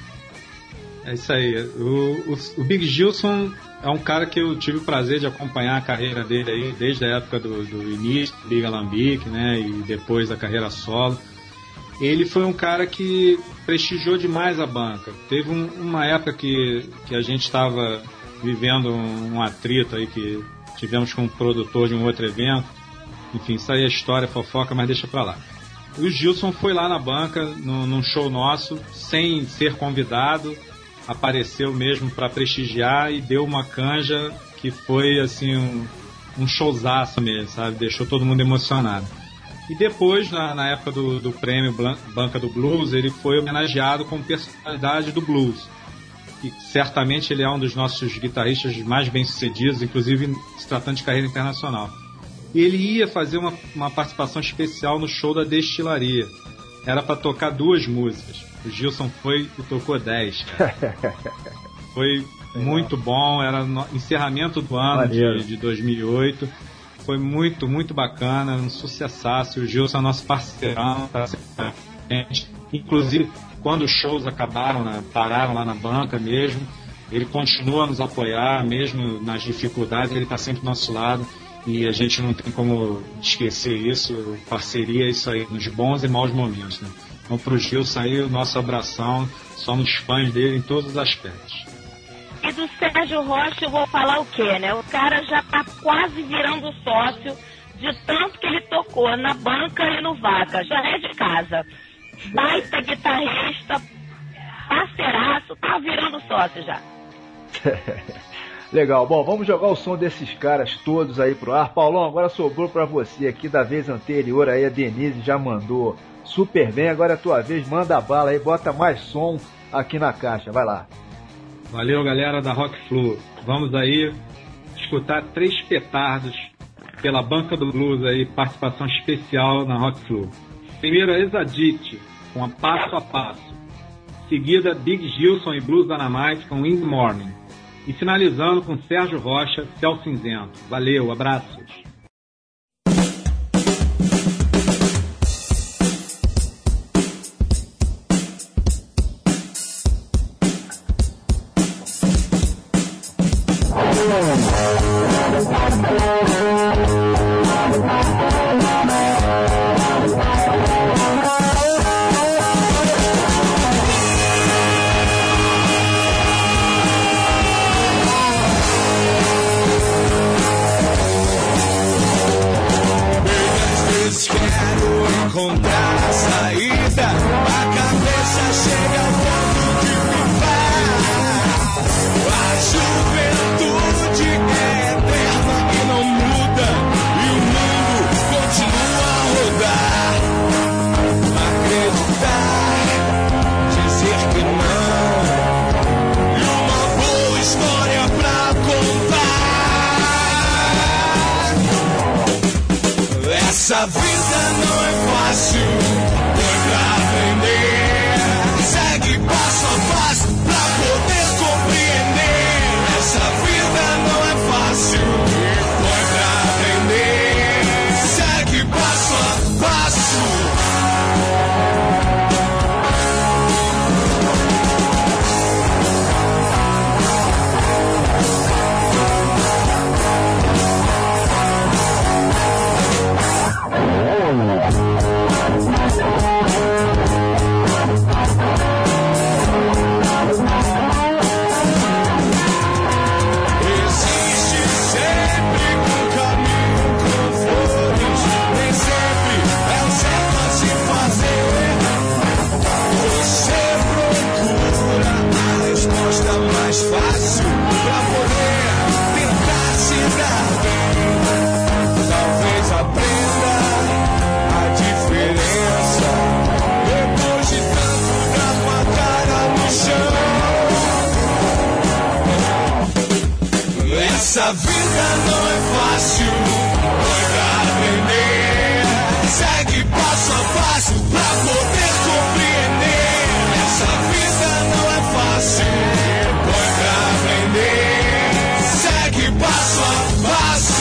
É isso aí. O Big Gilson é um cara que eu tive o prazer de acompanhar a carreira dele aí, desde a época do início, do Big Alambique, né, e depois da carreira solo. Ele foi um cara que prestigiou demais a banca. Teve uma época que a gente estava vivendo um atrito aí que tivemos com um produtor de um outro evento. Enfim, isso aí é história, fofoca, mas deixa pra lá. O Gilson foi lá na banca, num show nosso, sem ser convidado, apareceu mesmo para prestigiar e deu uma canja que foi assim um showzaço mesmo, sabe? Deixou todo mundo emocionado. E depois, na época do prêmio Banca do Blues, ele foi homenageado como personalidade do blues. E certamente ele é um dos nossos guitarristas mais bem-sucedidos, inclusive se tratando de carreira internacional. E ele ia fazer uma participação especial no show da Destilaria. Era para tocar 2 músicas. O Gilson foi e tocou 10. Foi muito bom, era no encerramento do ano de 2008. Foi muito, muito bacana, um sucessaço. O Gilson é nosso parceirão, tá sempre. Inclusive, quando os shows acabaram, né, pararam lá na banca mesmo, ele continua a nos apoiar, mesmo nas dificuldades, ele está sempre do nosso lado. E a gente não tem como esquecer isso. Parceria é isso aí, nos bons e maus momentos, né? Então, pro Gilson aí, o nosso abração. Somos fãs dele em todos os aspectos. E do Sérgio Rocha eu vou falar o quê, né? O cara já tá quase virando sócio de tanto que ele tocou na banca e no Vaca. Já é de casa. Baita guitarrista, parceiraço, tá virando sócio já. Legal, bom, vamos jogar o som desses caras todos aí pro ar. Paulão, agora sobrou pra você aqui da vez anterior aí, a Denise já mandou super bem, agora é a tua vez, manda a bala aí, bota mais som aqui na caixa, vai lá. Valeu, galera da Rock Flu. Vamos aí escutar 3 petardos pela Banca do Blues aí, participação especial na Rock Flu. Primeiro a Exadite, com a Passo a Passo. Seguida Big Gilson e Blues Dynamite com In The Morning. E finalizando com Sérgio Rocha, Céu Cinzento. Valeu, abraços. Encontrar a saída, a cabeça chega ao ponto de pifar. A juventude é eterna e não muda, e o mundo continua a rodar. Acreditar, dizer que não, e uma boa história pra contar. Essa vida não é fácil, foi pra aprender. Segue passo a passo pra poder compreender. Essa vida não é fácil, foi pra aprender. Segue passo a passo. Essa vida não é fácil, doida aprender. Segue passo a passo pra poder compreender. Essa vida não é fácil, doida aprender. Segue passo a passo.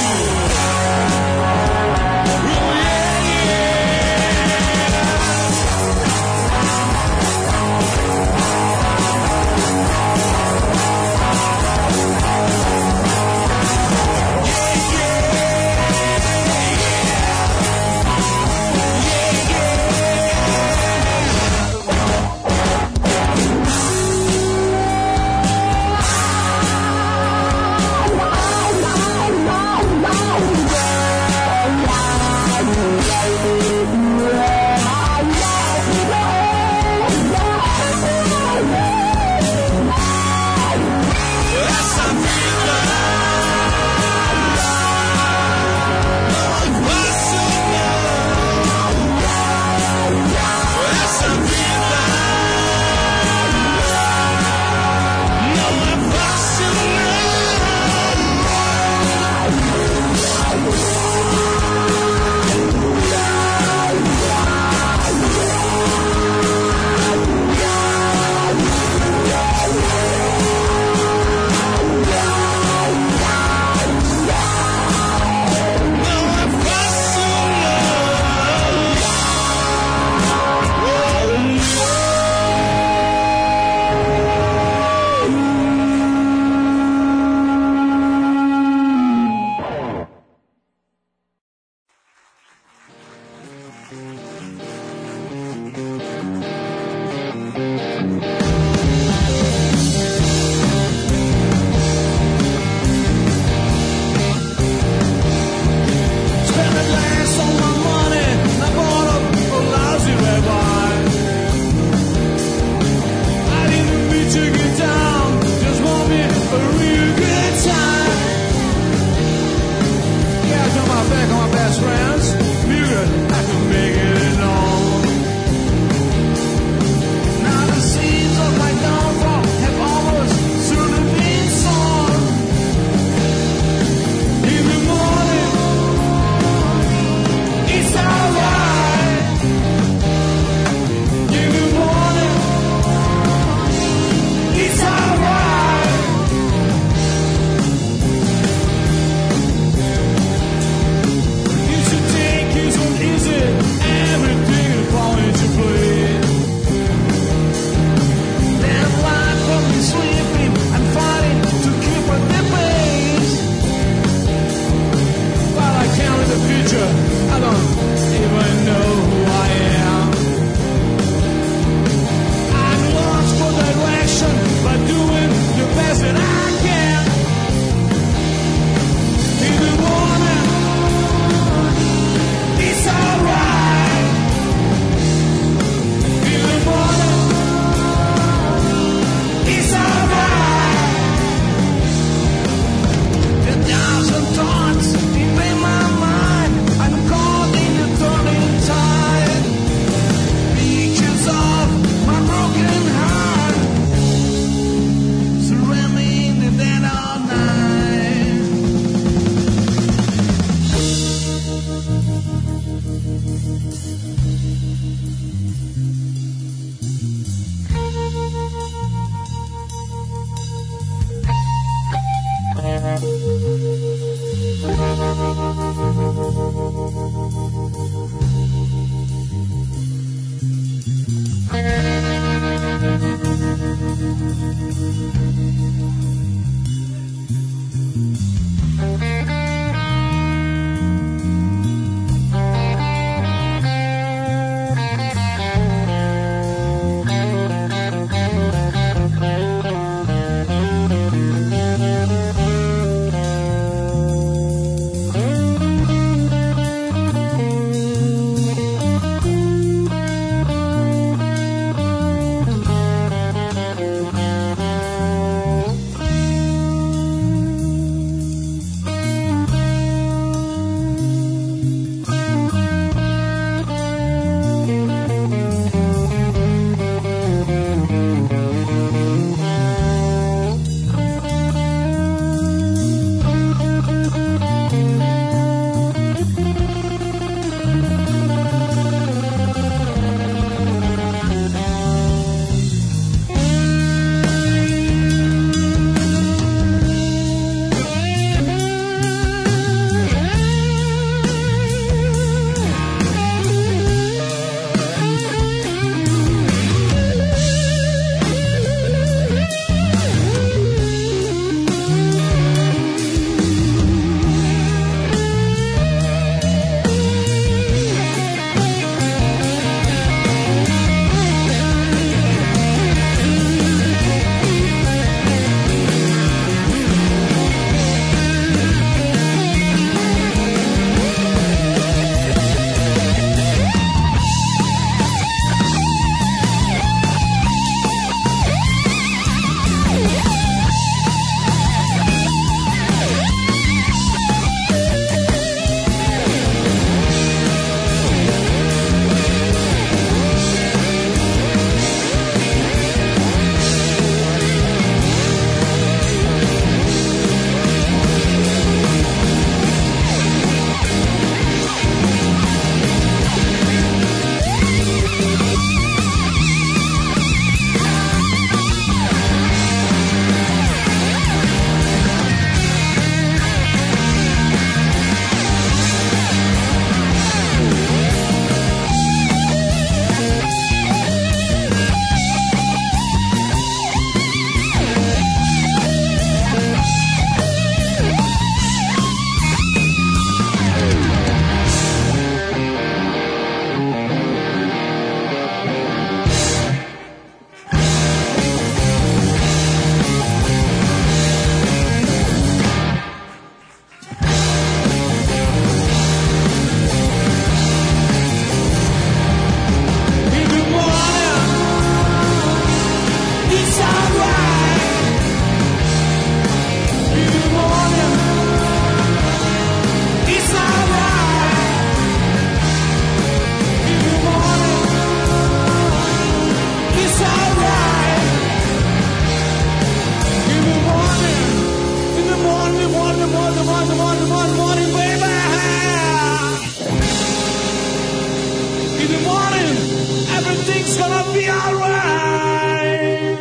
In the morning, everything's gonna be alright.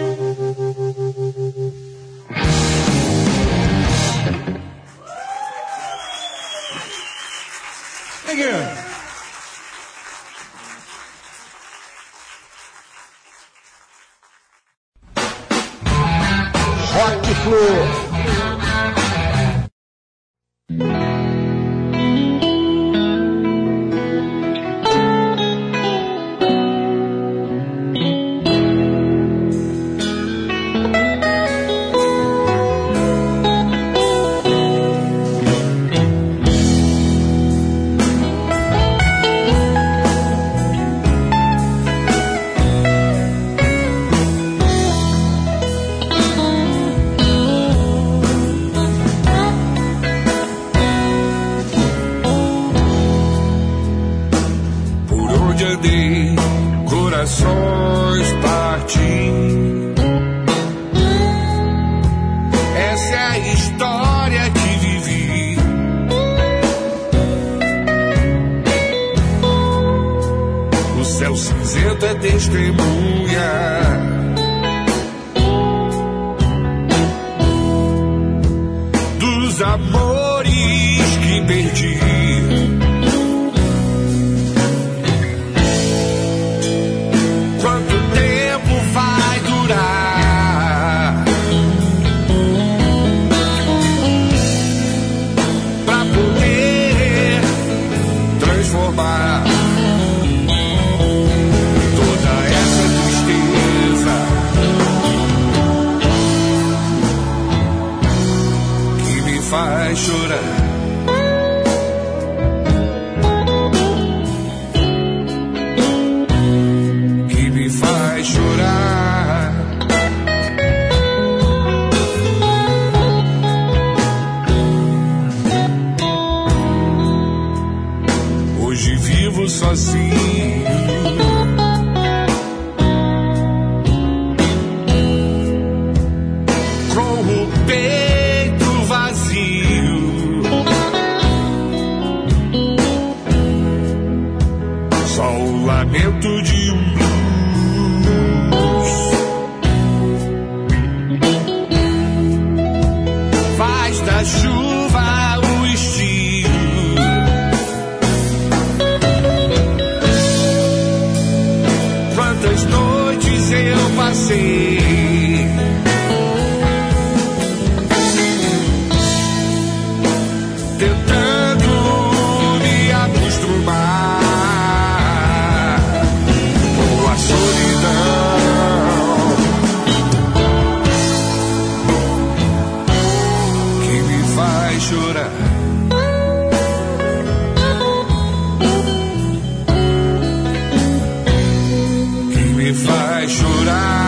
Thank you. Rock Flu. Corações partir. Essa é a história que vivi. O céu cinzento é testemunha dos amores que perdi. Faz chorar, que me faz chorar. Hoje vivo sozinho, com o peito vazio, só o lamento de um blues faz da chuva o estio. Quantas noites eu passei tentando me acostumar com a solidão que me faz chorar, que me faz chorar.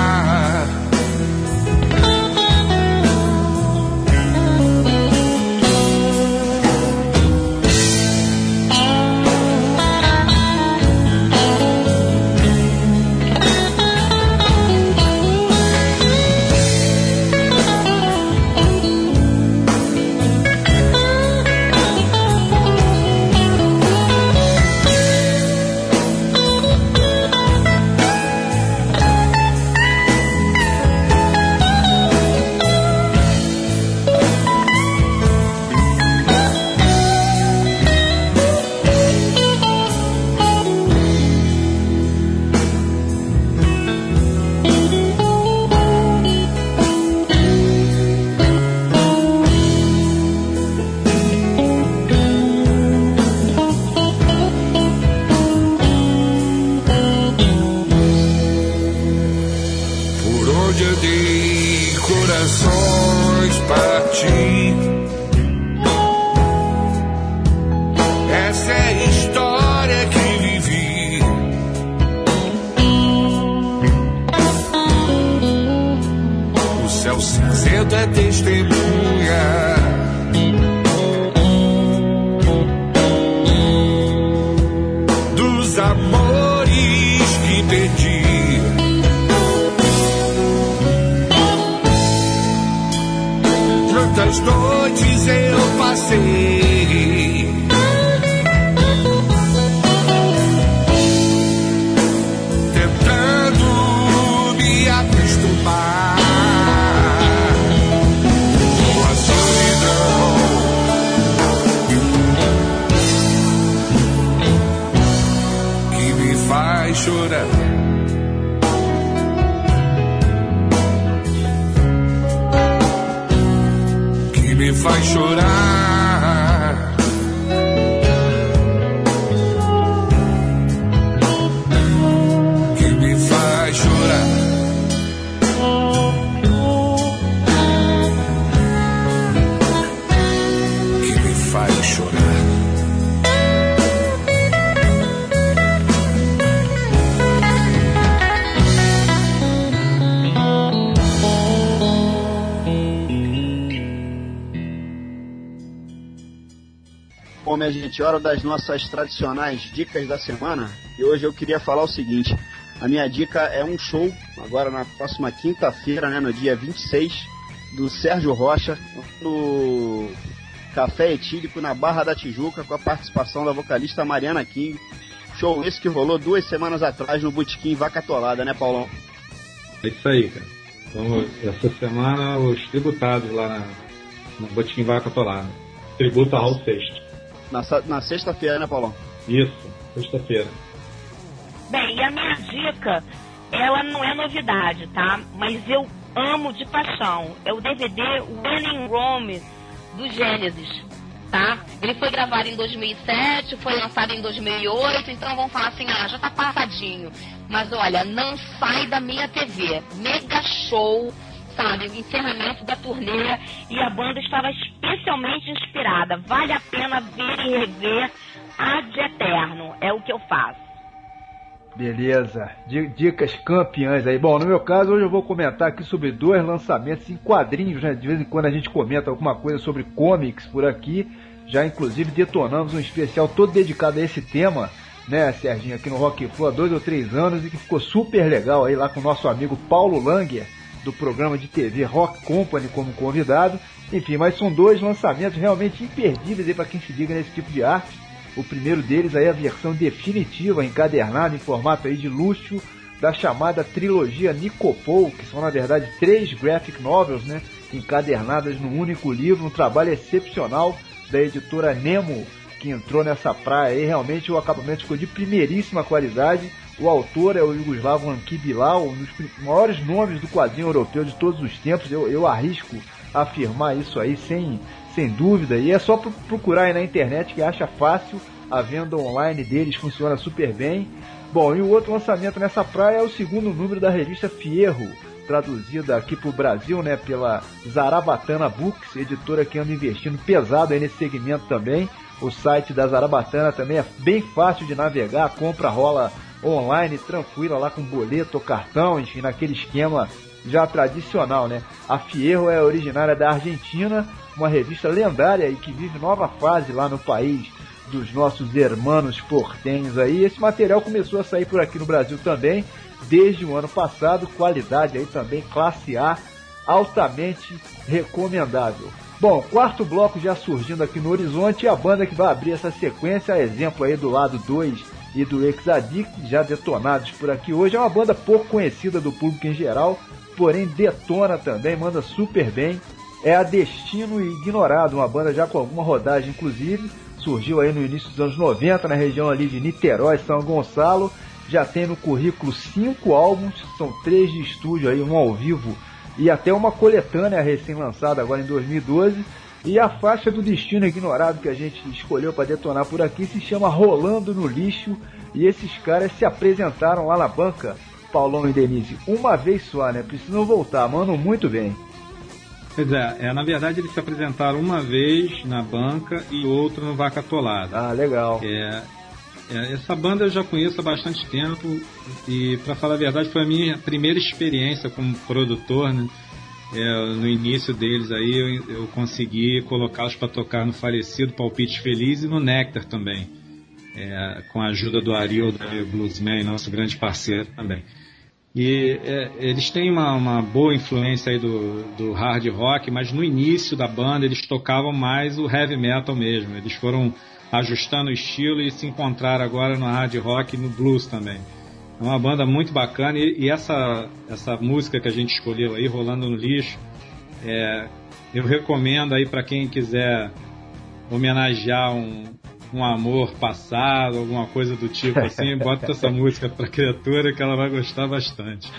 Corações partir. Essa é a história que vivi. O céu cinzento é testemunha dos amores que perdi. Quantas noites eu passei chorar. Que me faz chorar. Que me faz chorar. Que me faz chorar. Bom, minha gente, hora das nossas tradicionais dicas da semana. E hoje eu queria falar o seguinte. A minha dica é um show, agora na próxima quinta-feira, né, no dia 26, do Sérgio Rocha, no Café Etílico, na Barra da Tijuca, com a participação da vocalista Mariana King. Show esse que rolou 2 semanas atrás no Botequim Vaca Atolada, né, Paulão? É isso aí, cara. Então, essa semana, os tributados lá na Botequim Vaca Atolada. Tributo a Raul Seixas. Na sexta-feira, né, Paulão? Isso, sexta-feira. Bem, e a minha dica, ela não é novidade, tá? Mas eu amo de paixão. É o DVD When in Rome, do Gênesis, tá? Ele foi gravado em 2007, foi lançado em 2008, então vamos falar assim, já tá passadinho. Mas olha, não sai da minha TV. Mega show, sabe? O encerramento da turnê, e a banda estava especialmente inspirada. Vale a pena ver e rever ad eterno. É o que eu faço. Beleza, dicas campeãs aí. Bom, no meu caso, hoje eu vou comentar aqui sobre 2 lançamentos em quadrinhos, né? De vez em quando a gente comenta alguma coisa sobre comics por aqui. Já inclusive detonamos um especial todo dedicado a esse tema, né, Serginho, aqui no Rock Flu há 2 ou 3 anos, e que ficou super legal aí lá com o nosso amigo Paulo Langer, do programa de TV Rock Company, como convidado. Enfim, mas são 2 lançamentos realmente imperdíveis aí para quem se liga nesse tipo de arte. O primeiro deles aí é a versão definitiva, encadernada em formato aí de luxo, da chamada trilogia Nicopol, que são na verdade 3 graphic novels, né, encadernadas num único livro, um trabalho excepcional da editora Nemo, que entrou nessa praia aí. Realmente o acabamento ficou de primeiríssima qualidade. O autor é o Yugoslavo Anki Bilal, um dos maiores nomes do quadrinho europeu de todos os tempos. Eu arrisco afirmar isso aí sem dúvida, e é só procurar aí na internet que acha fácil. A venda online deles funciona super bem. Bom, e o outro lançamento nessa praia é o segundo número da revista Fierro, traduzida aqui para o Brasil, né, pela Zarabatana Books, editora que anda investindo pesado aí nesse segmento também. O site da Zarabatana também é bem fácil de navegar, a compra rola online, tranquila, lá com boleto ou cartão, enfim, naquele esquema já tradicional, né? A Fierro é originária da Argentina, uma revista lendária e que vive nova fase lá no país dos nossos hermanos portenhos aí. Esse material começou a sair por aqui no Brasil também, desde o ano passado, qualidade aí também, classe A, altamente recomendável. Bom, 4º bloco já surgindo aqui no horizonte, e a banda que vai abrir essa sequência, exemplo aí do lado 2 e do Exaddict, já detonados por aqui hoje, é uma banda pouco conhecida do público em geral, porém detona também, manda super bem. É a Destino Ignorado, uma banda já com alguma rodagem inclusive, surgiu aí no início dos anos 90, na região ali de Niterói, São Gonçalo, já tem no currículo 5 álbuns, são 3 de estúdio aí, um ao vivo, e até uma coletânea recém-lançada agora em 2012, e a faixa do Destino Ignorado que a gente escolheu para detonar por aqui se chama Rolando no Lixo, e esses caras se apresentaram lá na banca, Paulão e Denise, uma vez só, né? Precisam voltar, mandam muito bem. Pois é, na verdade eles se apresentaram uma vez na banca e outra no Vaca Atolada. Ah, legal. Essa banda eu já conheço há bastante tempo e, para falar a verdade, foi a minha primeira experiência como produtor, né? No início deles aí eu consegui colocá-los para tocar no falecido Palpite Feliz e no Nectar também, com a ajuda do Arildo Bluesman, nosso grande parceiro também. E eles têm uma boa influência aí do hard rock, mas no início da banda eles tocavam mais o heavy metal mesmo. Eles foram ajustando o estilo e se encontraram agora no hard rock e no blues também. É uma banda muito bacana, e essa música que a gente escolheu aí, Rolando no Lixo, eu recomendo aí para quem quiser homenagear um amor passado, alguma coisa do tipo assim, bota essa música pra criatura que ela vai gostar bastante.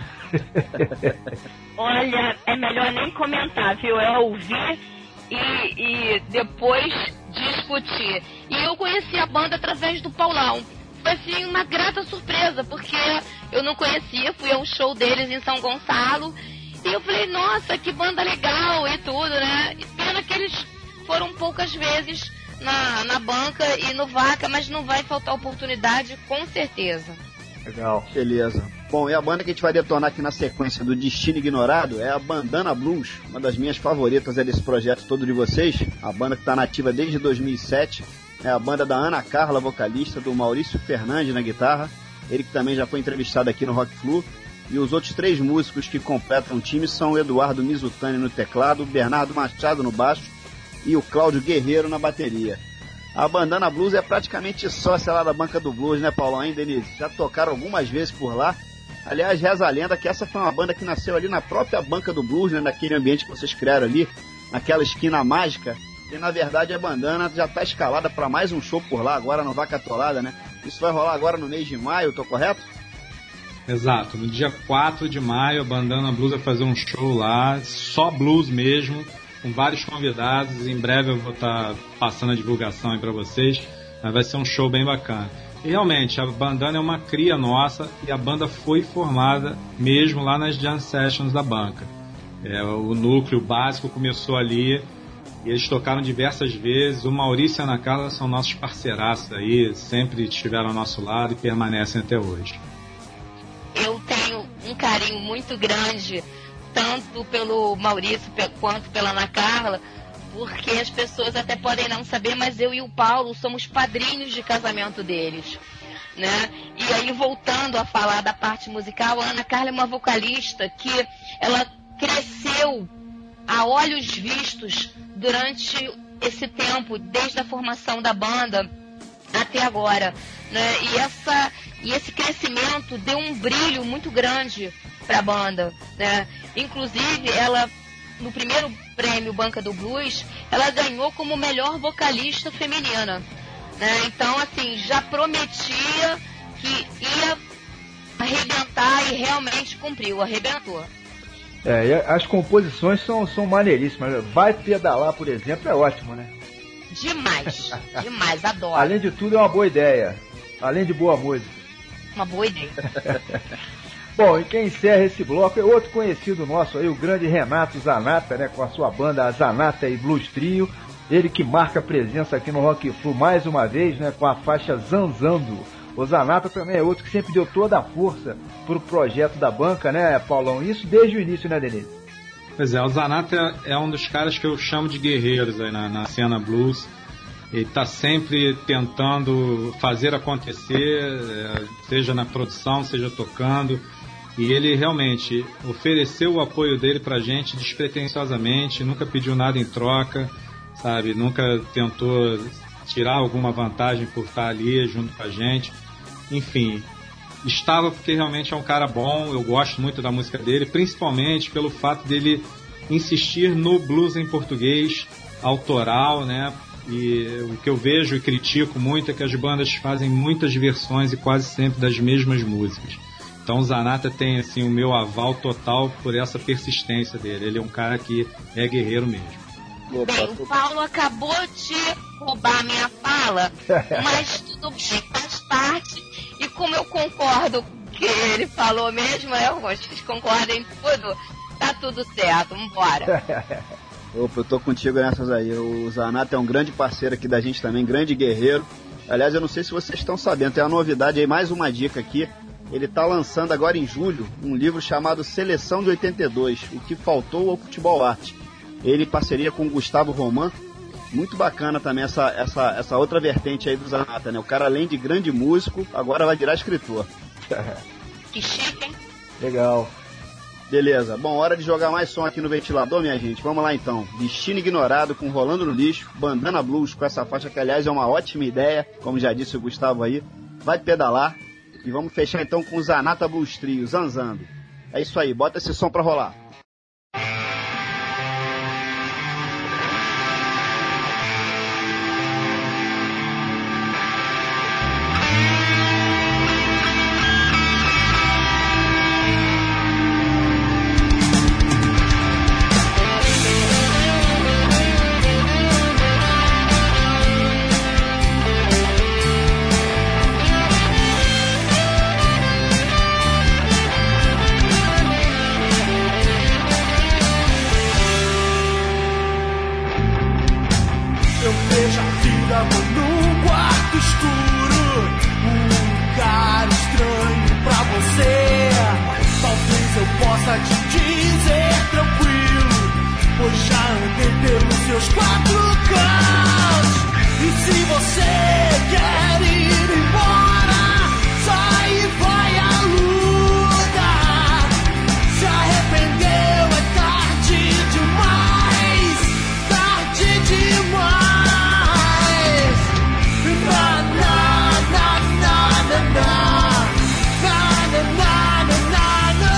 Olha, é melhor nem comentar, viu? É ouvir e depois discutir. E eu conheci a banda através do Paulão. Foi assim uma grata surpresa, porque eu não conhecia, fui a um show deles em São Gonçalo e eu falei, nossa, que banda legal e tudo, né? Pena que eles foram poucas vezes na banca e no Vaca, mas não vai faltar oportunidade, com certeza. Legal. Beleza. Bom, e a banda que a gente vai detonar aqui na sequência do Destino Ignorado é a Bandana Blues, uma das minhas favoritas desse projeto todo de vocês. A banda que está nativa desde 2007. É a banda da Ana Carla, vocalista, do Maurício Fernandes na guitarra, ele que também já foi entrevistado aqui no Rock Flu. E os outros 3 músicos que completam o time são o Eduardo Mizutani no teclado, o Bernardo Machado no baixo e o Cláudio Guerreiro na bateria. A Bandana Blues é praticamente sócia lá da Banca do Blues, né, Paulão, hein, Denise? Já tocaram algumas vezes por lá. Aliás, reza a lenda que essa foi uma banda que nasceu ali na própria Banca do Blues, né, naquele ambiente que vocês criaram ali, naquela esquina mágica. E na verdade a Bandana já está escalada para mais um show por lá, agora no Vaca Atolada, né? Isso vai rolar agora no mês de maio, tô correto? Exato, no dia 4 de maio a Bandana Blues vai fazer um show lá, só blues mesmo, com vários convidados. Em breve eu vou estar passando a divulgação aí para vocês, mas vai ser um show bem bacana. E realmente, a Bandana é uma cria nossa e a banda foi formada mesmo lá nas Jam Sessions da banca. O núcleo básico começou ali. E eles tocaram diversas vezes. O Maurício e a Ana Carla são nossos parceiraços aí, sempre estiveram ao nosso lado e permanecem até hoje. Eu tenho um carinho muito grande, tanto pelo Maurício quanto pela Ana Carla, porque as pessoas até podem não saber, mas eu e o Paulo somos padrinhos de casamento deles, né? E aí, voltando a falar da parte musical, a Ana Carla é uma vocalista que ela cresceu a olhos vistos durante esse tempo, desde a formação da banda até agora, né? E esse crescimento deu um brilho muito grande para a banda, né? Inclusive, ela, no primeiro prêmio Banca do Blues, ela ganhou como melhor vocalista feminina, né? Então, assim, já prometia que ia arrebentar e realmente cumpriu, arrebentou. E as composições são maneiríssimas. Vai Pedalar, por exemplo, é ótimo, né? Demais, demais, adoro. Além de tudo, é uma boa ideia. Além de boa música. Uma boa ideia. Bom, e quem encerra esse bloco é outro conhecido nosso aí, o grande Renato Zanata, né? Com a sua banda Zanata e Blues Trio. Ele que marca presença aqui no Rock Flu mais uma vez, né? Com a faixa Zanzando. O Zanata também é outro que sempre deu toda a força pro projeto da banca, né, Paulão? Isso desde o início, né, Denise? Pois é, o Zanata é um dos caras que eu chamo de guerreiros aí na cena blues. Ele está sempre tentando fazer acontecer, seja na produção, seja tocando. E ele realmente ofereceu o apoio dele pra gente despretensiosamente, nunca pediu nada em troca, sabe? Nunca tentou tirar alguma vantagem por estar ali junto com a gente. Enfim, estava porque realmente é um cara bom, eu gosto muito da música dele, principalmente pelo fato dele insistir no blues em português, autoral, né? E o que eu vejo e critico muito é que as bandas fazem muitas versões e quase sempre das mesmas músicas. Então o Zanata tem assim, o meu aval total por essa persistência dele. Ele é um cara que é guerreiro mesmo. Bem, o Paulo acabou de roubar a minha fala, mas tudo bem, faz parte. E como eu concordo com o que ele falou mesmo, vocês concordam em tudo, tá tudo certo, vambora. Opa, eu tô contigo nessas aí. O Zanata é um grande parceiro aqui da gente também, grande guerreiro. Aliás, eu não sei se vocês estão sabendo, tem uma novidade aí, mais uma dica aqui. Ele tá lançando agora em julho um livro chamado Seleção de 82, o que faltou ao futebol arte. Ele em parceria com o Gustavo Roman. Muito bacana também essa outra vertente aí do Zanata, né? O cara, além de grande músico, agora vai virar escritor. Que chique, hein? Legal. Beleza, bom, hora de jogar mais som aqui no ventilador, minha gente. Vamos lá então. Destino Ignorado com Rolando no Lixo, Bandana Blues com essa faixa que, aliás, é uma ótima ideia, como já disse o Gustavo aí. Vai Pedalar. E vamos fechar então com o Zanata Blues Trio, Zanzando. É isso aí, bota esse som pra rolar. seus quatro cantos. E se você quer ir embora, sai e vai à luta. Se arrependeu, é tarde demais, tarde demais. Na, na, na, na, na, na. Na, na, na, na, na, no.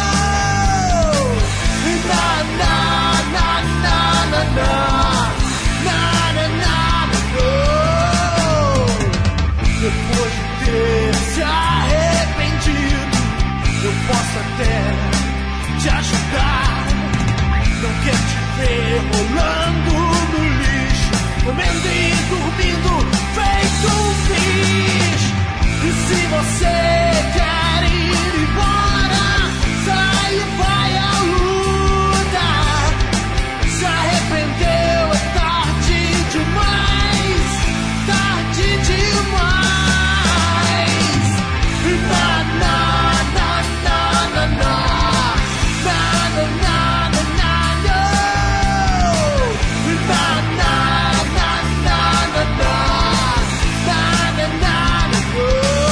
Na, na, na, na, na, na. Na, na, na, na, no. Depois de ter se arrependido, eu posso até te ajudar. Não quero te ver rolando no lixo, comendo e dormindo feito um bicho. E se você quer ir embora, sai e vai à luta. Se arrependeu, é tarde demais, tarde demais. Na, na, na, na, na, na. Na, na, na, na, na, no. Na, na, na, na, na, na. Na, na, na, na, no.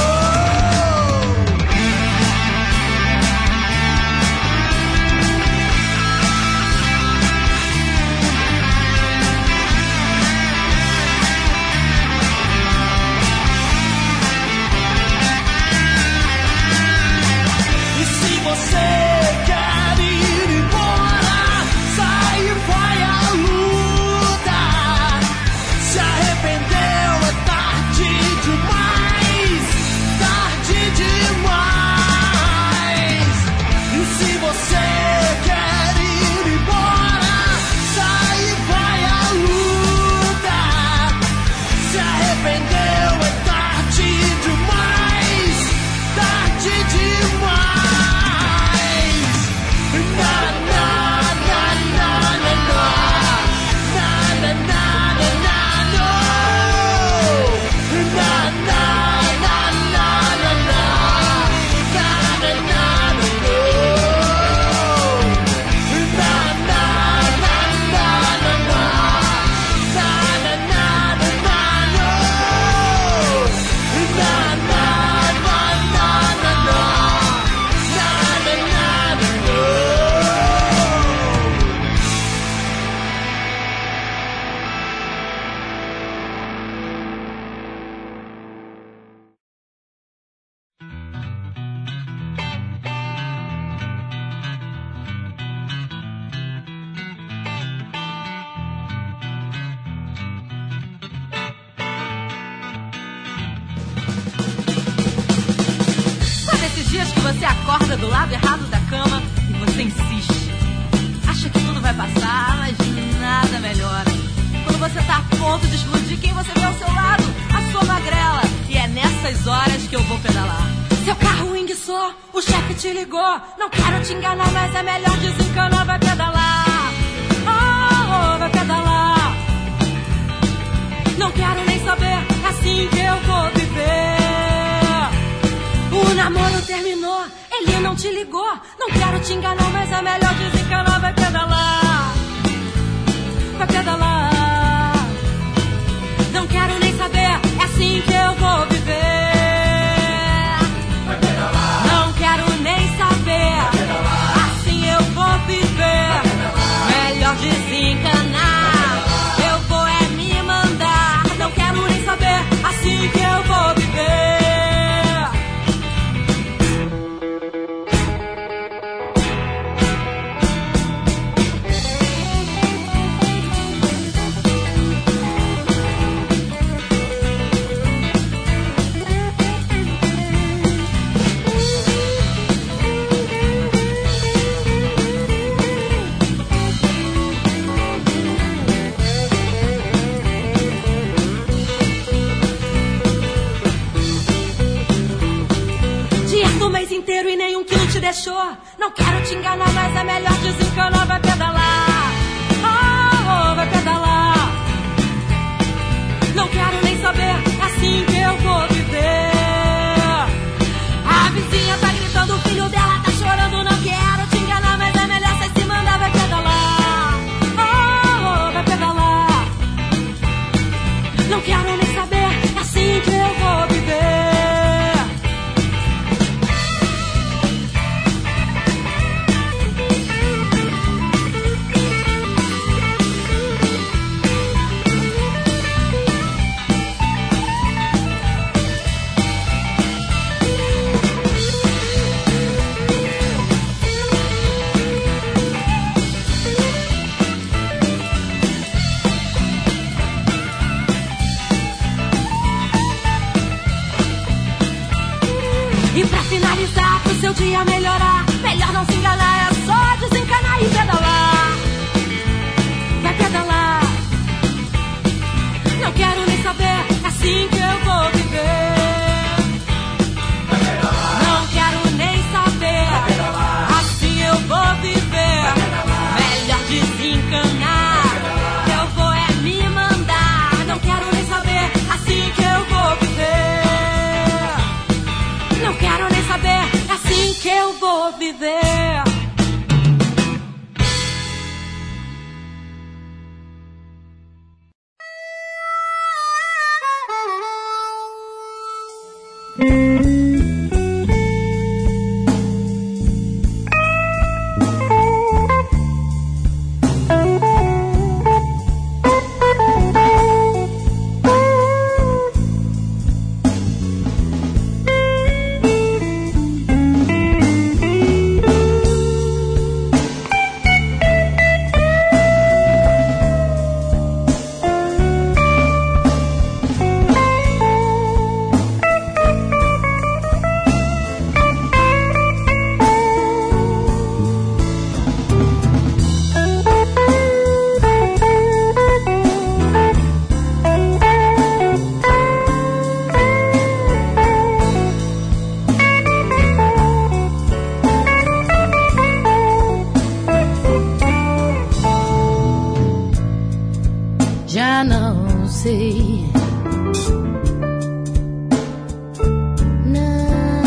E se você quer ir embora, sai e vai à luta. Se arrependeu, é tarde demais, tarde demais. E se você quer ir embora, sai e vai à luta. Se arrependeu, é tarde demais, tarde demais. Na, na, na, na, na, na. Na, na, na, na, na, no. Na, na, na, na, na, na. Na, na, na, na, no. Na, na, na, na, na, na. Na, na, na, na, na, no. Na, na, na, na, na, na. Na, na, na, na, no. Sabe esses dias que você acorda do lado errado da cama e você insiste? Acha que tudo vai passar, mas nada melhora. Quando você tá a ponto de explodir, quem você vê ao seu lado? A sua magrela. E é nessas horas que eu vou pedalar. Seu carro enguiçou, o chefe te ligou. Não quero te enganar, mas é melhor desencanar. Vai pedalar, oh, vai pedalar. Não quero nem saber, é assim que eu vou viver. O namoro terminou, ele não te ligou. Não quero te enganar, mas é melhor desencanar. Vai pedalar, vai pedalar. Não quero nem saber, é assim que eu vou viver. Vai pedalar. Não quero nem saber, vai pedalar. Assim eu vou viver. Melhor desencanar, eu vou é me mandar. Não quero nem saber, assim que eu vou viver. Inteiro e nenhum quilo te deixou. Não quero te enganar, mas é melhor desencanar. Vai pedalar, oh, vai pedalar. Não quero nem saber, é assim que eu vou viver. A vizinha tá gritando, o filho dela tá chorando. Não quero te enganar, mas é melhor você se mandar. Vai pedalar, oh, vai pedalar. E pra finalizar, pro seu dia melhorar, melhor não se enganar, é só desencanar e pedalar. Vai pedalar. Não quero nem saber, é assim que eu vou viver. Não quero nem saber, assim eu vou viver. Melhor desencanar, que eu vou é me mandar. Não quero nem saber, assim que eu vou viver. Não quero nem saber, assim que eu vou viver. Já não sei. Não.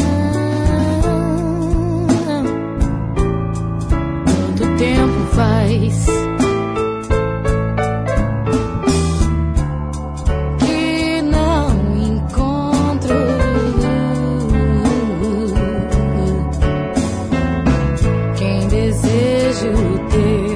Quanto tempo faz que não encontro quem desejo ter.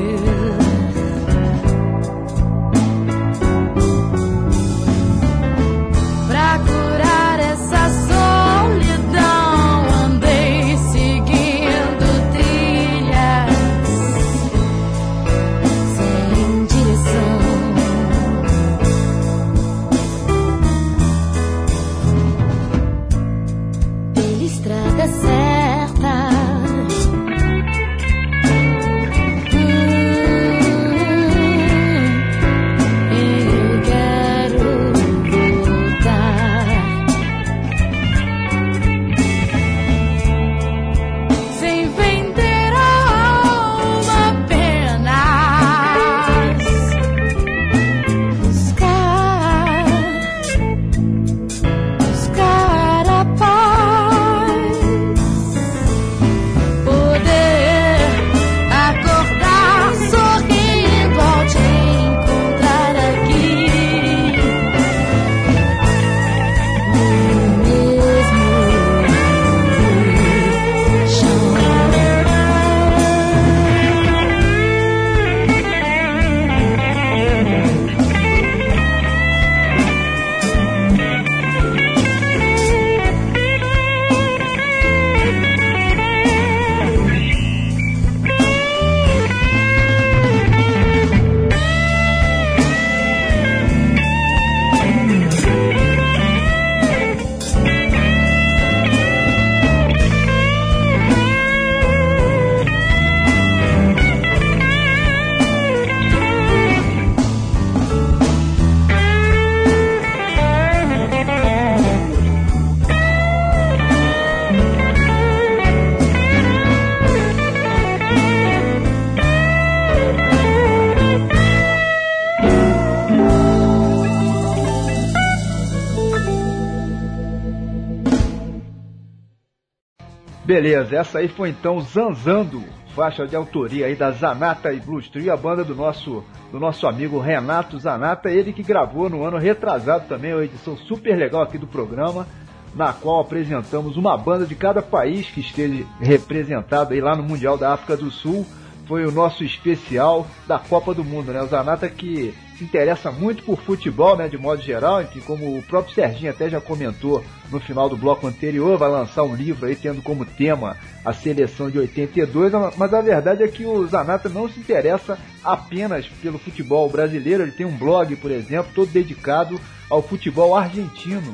Beleza, essa aí foi então Zanzando, faixa de autoria aí da Zanata e Blues Trio, a banda do nosso amigo Renato Zanata, ele que gravou no ano retrasado também uma edição super legal aqui do programa, na qual apresentamos uma banda de cada país que esteja representado aí lá no Mundial da África do Sul. Foi o nosso especial da Copa do Mundo, né? O Zanata que se interessa muito por futebol, né, de modo geral, enfim, como o próprio Serginho até já comentou no final do bloco anterior, vai lançar um livro aí tendo como tema a seleção de 82, mas a verdade é que o Zanata não se interessa apenas pelo futebol brasileiro, ele tem um blog, por exemplo, todo dedicado ao futebol argentino.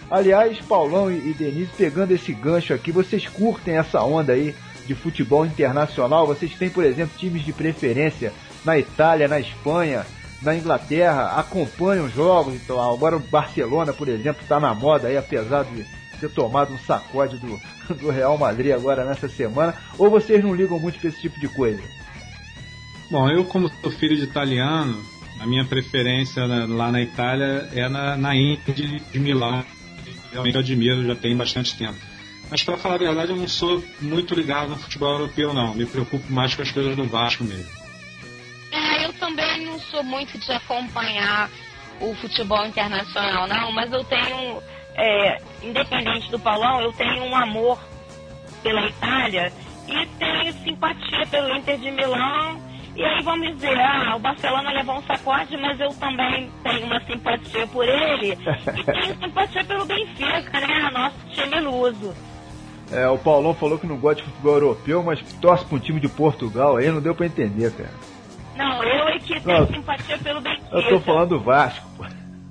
Aliás, Paulão e Denise, pegando esse gancho aqui, vocês curtem essa onda aí de futebol internacional? Vocês têm, por exemplo, times de preferência na Itália, na Espanha, na Inglaterra, acompanham jogos e tal? Agora o Barcelona, por exemplo, está na moda aí, apesar de ter tomado um sacode do Real Madrid agora nessa semana, ou vocês não ligam muito para esse tipo de coisa? Bom, eu como sou filho de italiano, a minha preferência lá na Itália é na Inter de Milão. Realmente eu admiro, já tem bastante tempo. Mas para falar a verdade, eu não sou muito ligado no futebol europeu, não. Me preocupo mais com as coisas do Vasco mesmo. Eu também não sou muito de acompanhar o futebol internacional, não, mas eu tenho, independente do Paulão, eu tenho um amor pela Itália e tenho simpatia pelo Inter de Milão. E aí vamos dizer, o Barcelona levou um sacode, mas eu também tenho uma simpatia por ele e tenho simpatia pelo Benfica, né? Nosso time iluso. O Paulão falou que não gosta de futebol europeu, mas torce para um time de Portugal, aí não deu para entender, cara. Não, eu é que tenho simpatia pelo Benfica. Eu tô falando do Vasco, pô.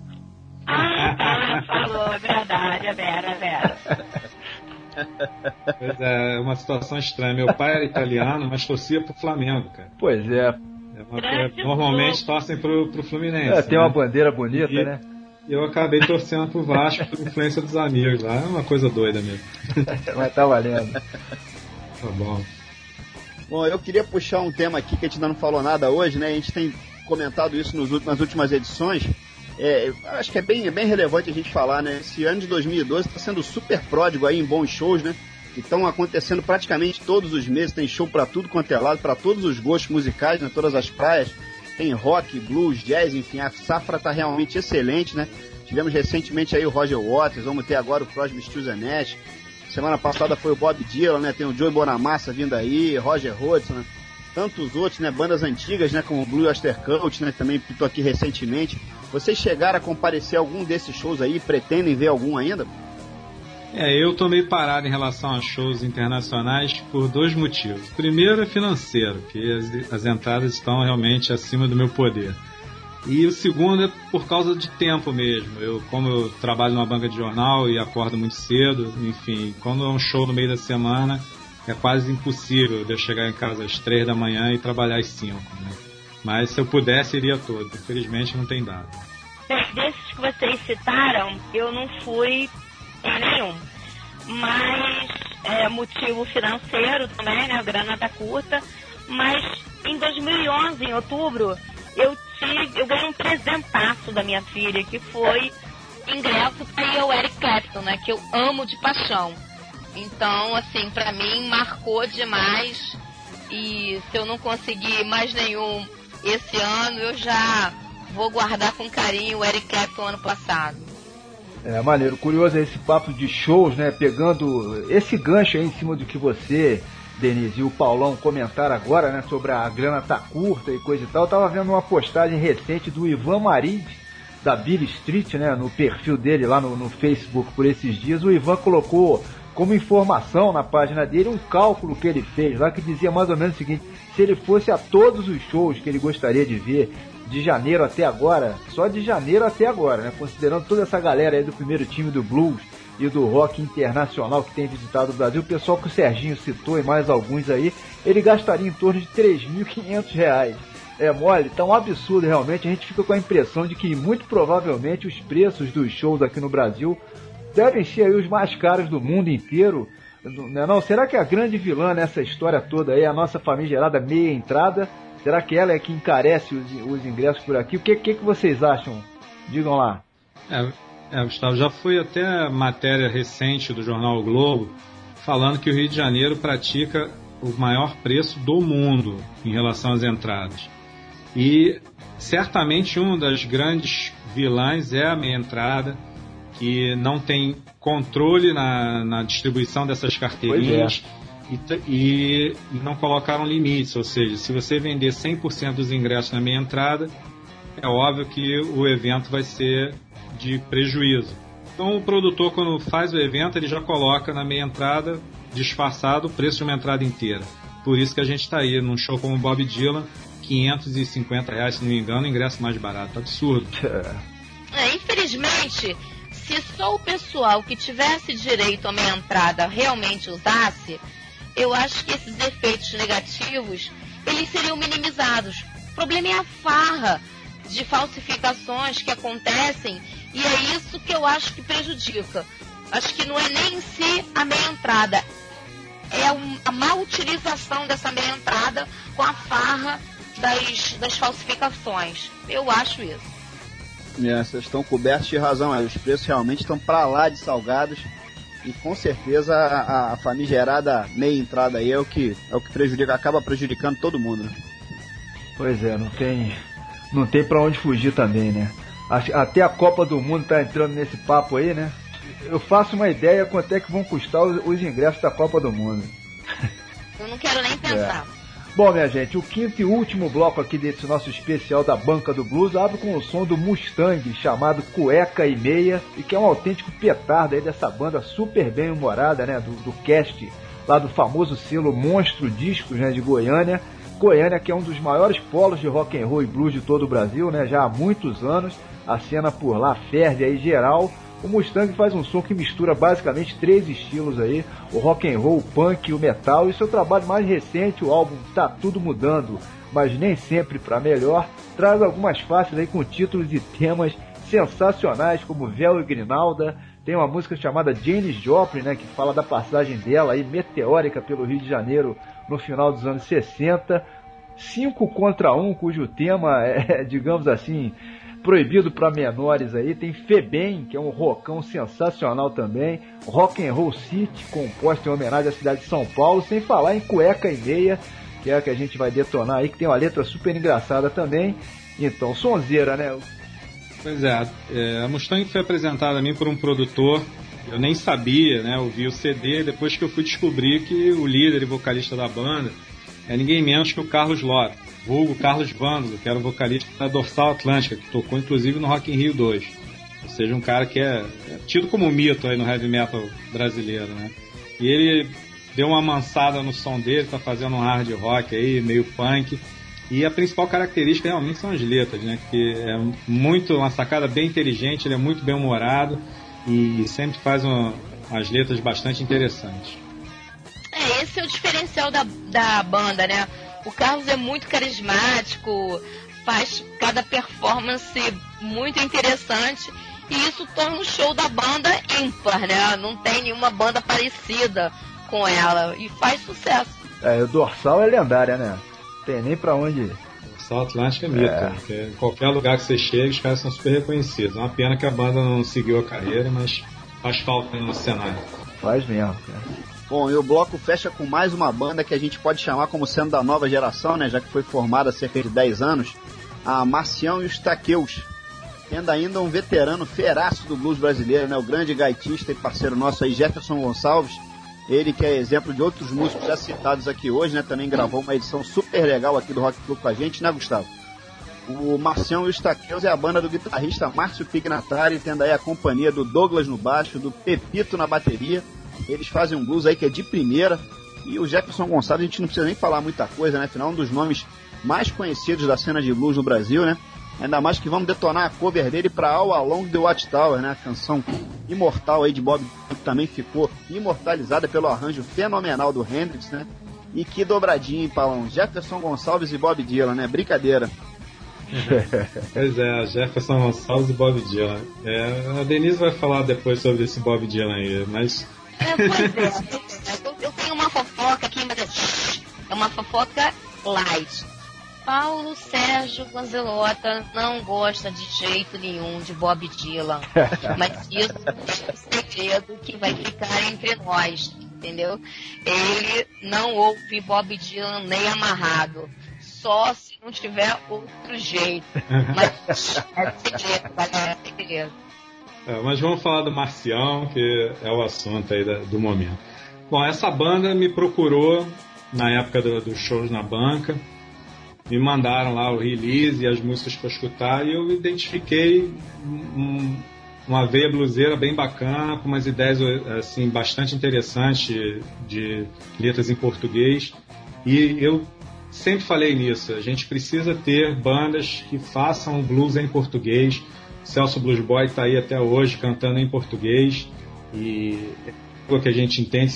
Falou, é verdade, é Vera. Pois é uma situação estranha. Meu pai era italiano, mas torcia pro Flamengo, cara. Pois é. Normalmente torcem pro Fluminense. Tem uma bandeira bonita, né? Eu acabei torcendo pro Vasco por influência dos amigos lá. É uma coisa doida mesmo. Mas tá valendo. Tá bom. Bom, eu queria puxar um tema aqui que a gente ainda não falou nada hoje, né? A gente tem comentado isso nas últimas edições. Acho que é bem relevante a gente falar, né? Esse ano de 2012 está sendo super pródigo aí em bons shows, né? Que estão acontecendo praticamente todos os meses. Tem show para tudo quanto é lado, para todos os gostos musicais, né? Todas as praias. Tem rock, blues, jazz, enfim, a safra está realmente excelente, né? Tivemos recentemente aí o Roger Waters, vamos ter agora o Crosby, Stills & Nash. Semana passada foi o Bob Dylan, né? Tem o Joey Bonamassa vindo aí, Roger Hodgson, né? Tantos outros, né? Bandas antigas, né? Como o Blue Oyster Cult, né? Também pintou aqui recentemente. Vocês chegaram a comparecer a algum desses shows aí? Pretendem ver algum ainda? Eu tô meio parado em relação a shows internacionais por dois motivos. Primeiro é financeiro, que as entradas estão realmente acima do meu poder. E o segundo é por causa de tempo mesmo. Como eu trabalho numa banca de jornal e acordo muito cedo, enfim, quando é um show no meio da semana, é quase impossível de eu chegar em casa às 3 da manhã e trabalhar às 5, né? Mas se eu pudesse, iria todo. Infelizmente não tem dado. Desses que vocês citaram, eu não fui em nenhum. Mas motivo financeiro também, né? A grana tá curta. Mas em 2011, em outubro, eu ganhei um presentaço da minha filha, que foi ingresso para ir ao Eric Clapton, né? Que eu amo de paixão. Então, assim, pra mim marcou demais. E se eu não conseguir mais nenhum esse ano, eu já vou guardar com carinho o Eric Clapton ano passado. Maneiro. Curioso é esse papo de shows, né? Pegando esse gancho aí em cima do que você, Denise, e o Paulão comentaram agora, né? Sobre a grana tá curta e coisa e tal. Eu tava vendo uma postagem recente do Ivan Marid, da Beale Street, né? No perfil dele lá no Facebook por esses dias. O Ivan colocou como informação na página dele um cálculo que ele fez lá que dizia mais ou menos o seguinte: se ele fosse a todos os shows que ele gostaria de ver de janeiro até agora, só de janeiro até agora, né, considerando toda essa galera aí do primeiro time do blues e do rock internacional que tem visitado o Brasil, o pessoal que o Serginho citou e mais alguns aí, ele gastaria em torno de R$3.500. É mole? Tá um absurdo realmente. A gente fica com a impressão de que muito provavelmente os preços dos shows aqui no Brasil devem ser aí os mais caros do mundo inteiro, não? Será que a grande vilã nessa história toda aí é a nossa famigerada meia entrada? Será que ela é que encarece os ingressos por aqui? O que vocês acham? Digam lá. Gustavo, já foi até matéria recente do jornal o Globo falando que o Rio de Janeiro pratica o maior preço do mundo em relação às entradas. E certamente uma das grandes vilãs é a meia entrada, que não tem controle na distribuição dessas carteirinhas e não colocaram limites, ou seja, se você vender 100% dos ingressos na meia entrada, é óbvio que o evento vai ser de prejuízo. Então o produtor, quando faz o evento, ele já coloca na meia entrada, disfarçado, o preço de uma entrada inteira. Por isso que a gente está aí num show como o Bob Dylan, R$550, se não me engano, o ingresso mais barato. Absurdo. Infelizmente, se só o pessoal que tivesse direito a meia entrada realmente usasse, eu acho que esses efeitos negativos, eles seriam minimizados. O problema é a farra de falsificações que acontecem, e é isso que eu acho que prejudica. Acho que não é nem em si a meia entrada, é a má utilização dessa meia entrada com a farra das falsificações. Eu acho isso. Vocês estão cobertos de razão, os preços realmente estão para lá de salgados, e com certeza a famigerada meia entrada aí é o que prejudica, acaba prejudicando todo mundo, né? Pois é, não tem pra onde fugir também, né? Até a Copa do Mundo tá entrando nesse papo aí, né? Eu faço uma ideia quanto é que vão custar os ingressos da Copa do Mundo. Eu não quero nem pensar. Bom, minha gente, o quinto e último bloco aqui desse nosso especial da Banca do Blues abre com o som do Mustang, chamado Cueca e Meia, e que é um autêntico petardo aí dessa banda super bem humorada, né? Do cast lá do famoso selo Monstro Discos, né? De Goiânia. Goiânia, que é um dos maiores polos de rock and roll e blues de todo o Brasil, né? Já há muitos anos, a cena por lá ferve aí geral. O Mustang faz um som que mistura basicamente 3 estilos aí, o rock and roll, o punk e o metal, e seu trabalho mais recente, o álbum Tá Tudo Mudando, mas nem sempre para melhor, traz algumas faixas aí com títulos e temas sensacionais, como Véu e Grinalda. Tem uma música chamada Janis Joplin, né, que fala da passagem dela aí, meteórica pelo Rio de Janeiro no final dos anos 60. 5 contra 1, cujo tema é, digamos assim, proibido para menores aí. Tem Febem, que é um rockão sensacional também. Rock and Roll City, composto em homenagem à cidade de São Paulo. Sem falar em Cueca e Meia, que é a que a gente vai detonar aí, que tem uma letra super engraçada também. Então, sonzeira, né? Pois é, a Mustang foi apresentada a mim por um produtor. Eu nem sabia, né? Ouvi o CD depois que eu fui descobrir que o líder e vocalista da banda é ninguém menos que o Carlos Lota, vulgo Carlos Vândalo, que era o vocalista da Dorsal Atlântica, que tocou inclusive no Rock in Rio 2. Ou seja, um cara que é tido como um mito aí no heavy metal brasileiro, né? E ele deu uma amansada no som dele, tá fazendo um hard rock aí, meio punk. E a principal característica realmente são as letras, né? Que é uma sacada bem inteligente, ele é muito bem humorado e sempre faz umas letras bastante interessantes. Esse é o diferencial da banda, né? O Carlos é muito carismático, faz cada performance muito interessante, e isso torna o show da banda ímpar, né? Não tem nenhuma banda parecida com ela, e faz sucesso. O Dorsal é lendária, né? Não tem nem pra onde ir. Dorsal Atlântica é mito, porque em qualquer lugar que você chega, os caras são super reconhecidos. É uma pena que a banda não seguiu a carreira, mas faz falta no cenário. Faz mesmo, cara. Bom, e o bloco fecha com mais uma banda que a gente pode chamar como sendo da nova geração, né? Já que foi formada há cerca de 10 anos, a Marcião e os Taqueus. Tendo ainda um veterano feraço do blues brasileiro, né? O grande gaitista e parceiro nosso aí, Jefferson Gonçalves. Ele que é exemplo de outros músicos já citados aqui hoje, né? Também gravou uma edição super legal aqui do Rock Flu com a gente, né, Gustavo? O Marcião e os Taqueus é a banda do guitarrista Márcio Pignatari, tendo aí a companhia do Douglas no baixo, do Pepito na bateria. Eles fazem um blues aí que é de primeira. E o Jefferson Gonçalves, a gente não precisa nem falar muita coisa, né? Afinal, um dos nomes mais conhecidos da cena de blues no Brasil, né? Ainda mais que vamos detonar a cover dele para All Along the Watchtower, né? A canção imortal aí de Bob Dylan, que também ficou imortalizada pelo arranjo fenomenal do Hendrix, né? E que dobradinha, hein, Paulão? Jefferson Gonçalves e Bob Dylan, né? Brincadeira. Pois é, Jefferson Gonçalves e Bob Dylan. A Denise vai falar depois sobre esse Bob Dylan aí, mas... eu tenho uma fofoca aqui, mas é uma fofoca light. Paulo Sérgio Gonzelota não gosta de jeito nenhum de Bob Dylan. Mas isso é um segredo que vai ficar entre nós, entendeu? Ele não ouve Bob Dylan nem amarrado. Só se não tiver outro jeito. Mas é segredo, galera, é segredo. Mas vamos falar do Marcião, que é o assunto aí do momento. Bom, essa banda me procurou na época dos shows na banca, me mandaram lá o release e as músicas para escutar, e eu identifiquei uma veia bluseira bem bacana, com umas ideias assim, bastante interessantes de letras em português, e eu sempre falei nisso, a gente precisa ter bandas que façam blues em português. Celso Blues Boy está aí até hoje cantando em português, e é o que a gente entende,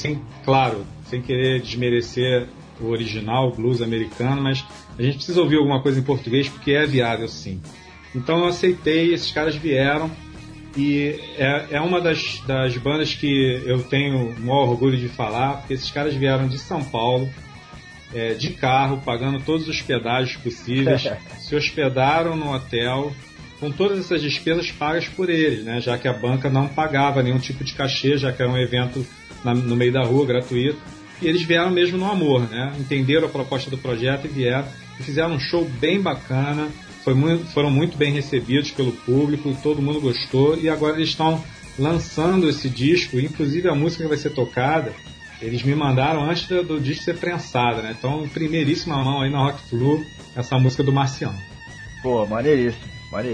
sem querer desmerecer o original, o blues americano, mas a gente precisa ouvir alguma coisa em português porque é viável, sim. Então eu aceitei, esses caras vieram, e é uma das bandas que eu tenho o maior orgulho de falar, porque esses caras vieram de São Paulo, de carro, pagando todos os pedágios possíveis, se hospedaram no hotel, com todas essas despesas pagas por eles, né? Já que a banca não pagava nenhum tipo de cachê, já que era um evento no meio da rua, gratuito, e eles vieram mesmo no amor, né? Entenderam a proposta do projeto e vieram, e fizeram um show bem bacana, foram muito bem recebidos pelo público, todo mundo gostou, e agora eles estão lançando esse disco, inclusive a música que vai ser tocada, eles me mandaram antes do disco ser prensado, né? Então, primeiríssima mão aí na Rock Flu, essa música do Marcião. Pô, maneiríssimo.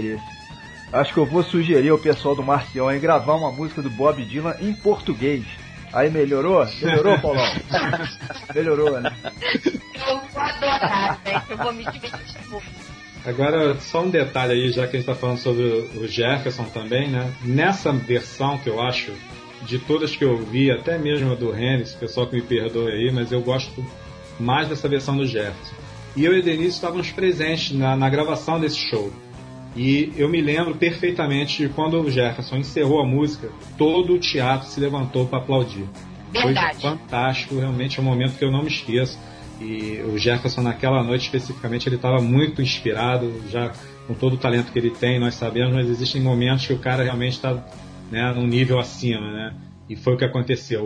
Acho que eu vou sugerir ao pessoal do Marcião aí gravar uma música do Bob Dylan em português. Aí melhorou? Melhorou, Paulão? Melhorou, né? Eu vou adorar, velho. Eu vou me divertir muito. Agora, só um detalhe aí, já que a gente está falando sobre o Jefferson também, né? Nessa versão que eu acho, de todas que eu vi, até mesmo a do Hennis, pessoal que me perdoe aí, mas eu gosto mais dessa versão do Jefferson. E eu e Denise estávamos presentes na gravação desse show. E eu me lembro perfeitamente de quando o Jefferson encerrou a música, todo o teatro se levantou para aplaudir. Verdade. Foi fantástico, realmente é um momento que eu não me esqueço. E o Jefferson, naquela noite especificamente, ele estava muito inspirado, já com todo o talento que ele tem, nós sabemos, mas existem momentos que o cara realmente está, né, num nível acima, né? E foi o que aconteceu.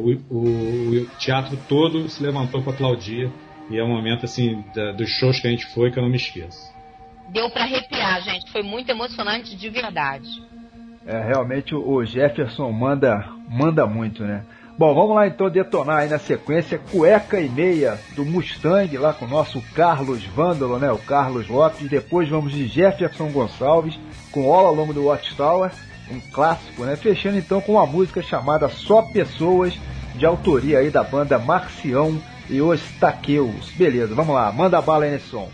O teatro todo se levantou para aplaudir, e é um momento assim dos shows que a gente foi que eu não me esqueço. Deu pra arrepiar, gente. Foi muito emocionante de verdade. Realmente o Jefferson manda muito, né? Bom, vamos lá então detonar aí na sequência Cueca e Meia do Mustang, lá com o nosso Carlos Vândalo, né? O Carlos Lopes. Depois vamos de Jefferson Gonçalves com All Along the Watchtower, um clássico, né? Fechando então com uma música chamada Só Pessoas, de autoria aí da banda Marcião e os Taqueus. Beleza, vamos lá, manda bala aí nesse som.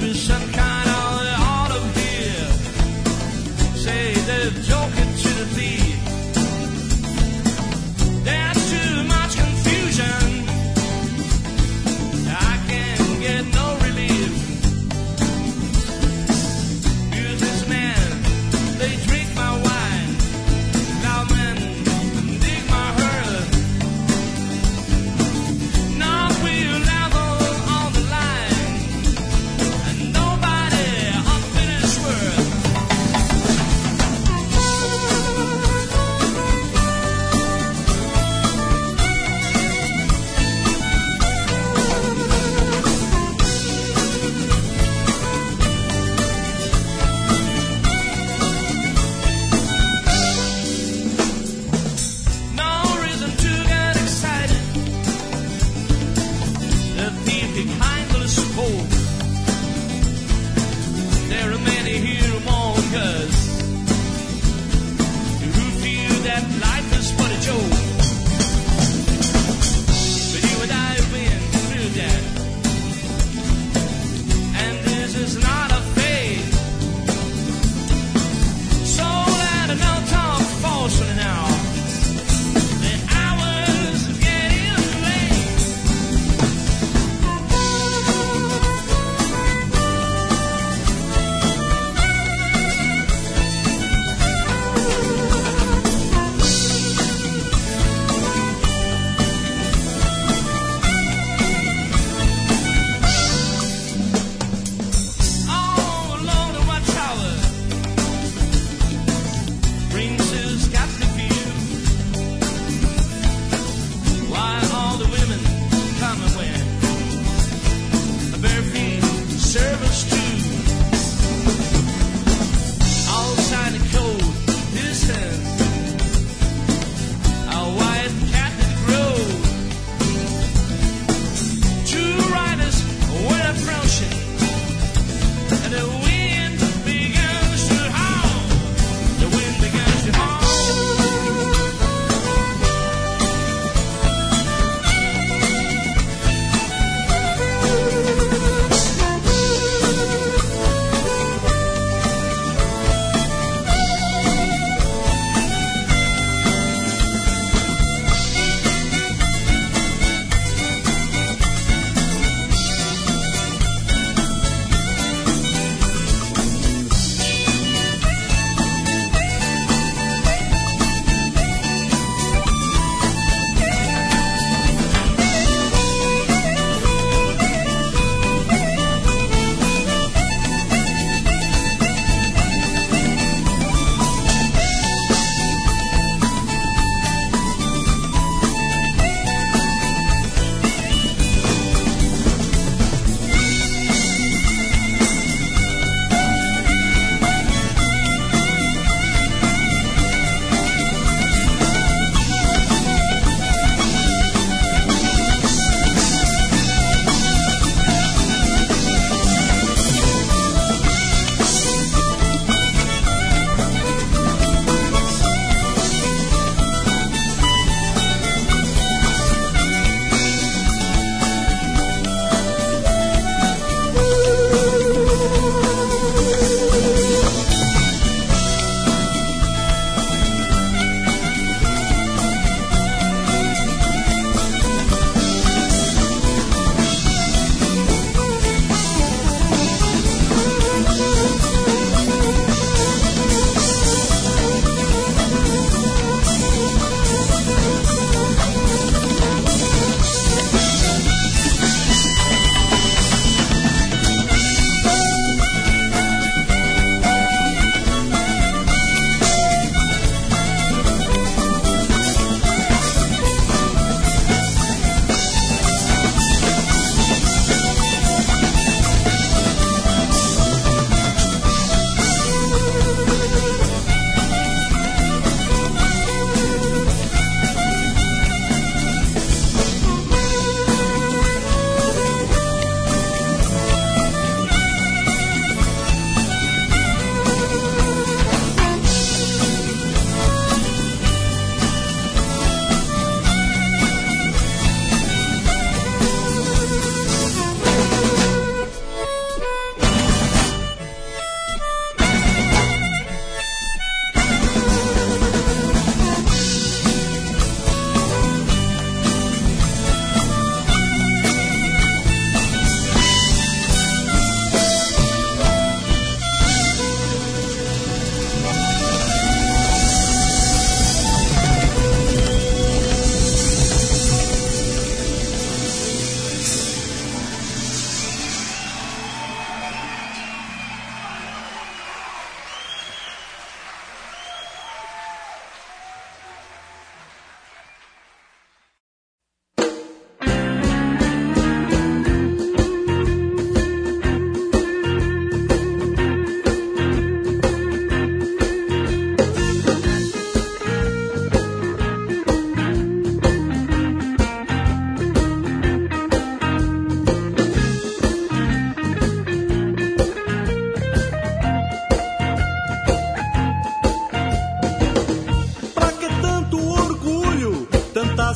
be some kind of ought to be. Say they're joking to the beat. There's too much confusion. I can't get no relief. Businessmen, they drink my wine. Plowmen dig my herd. Now we level on the line, and nobody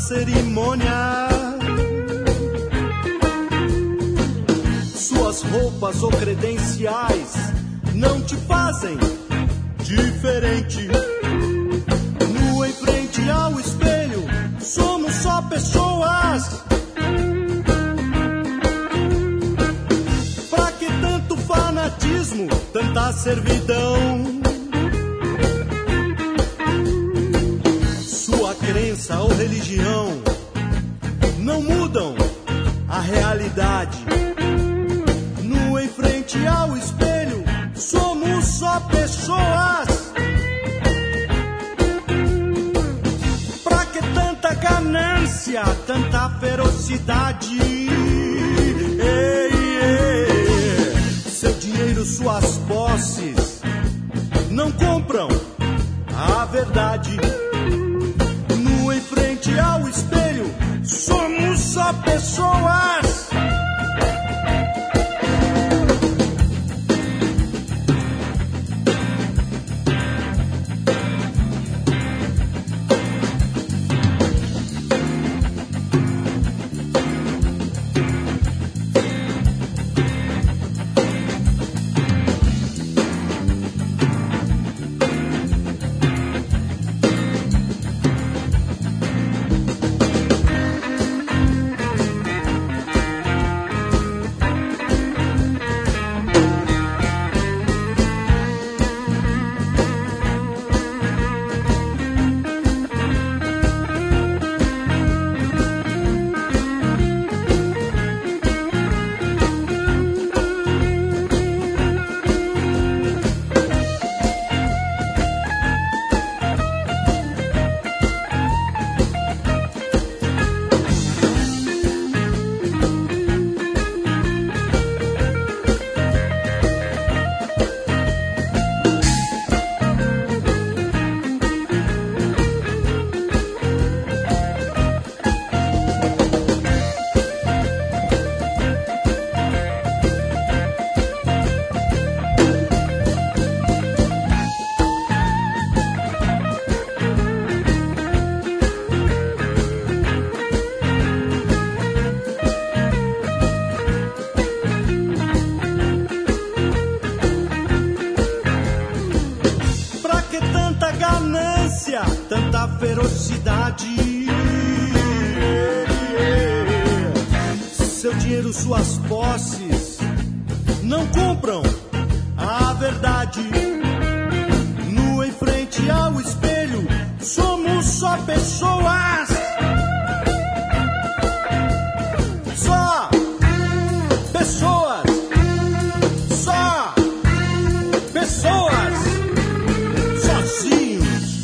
cerimônia. Suas roupas ou credenciais não te fazem diferente. Nu em frente ao espelho, somos só pessoas. Pra que tanto fanatismo, tanta servidão? Sua crença ou religião não mudam a realidade. Nu em frente ao espelho, somos só pessoas. Pra que tanta ganância, tanta ferocidade? Ei, ei. Seu dinheiro, suas posses não compram a verdade. Nu em frente ao espelho, somos só pessoas. Tanta ferocidade. Seu dinheiro, suas posses não compram a verdade. Nu em frente ao espelho, somos só pessoas. Só pessoas. Só pessoas. Sozinhos,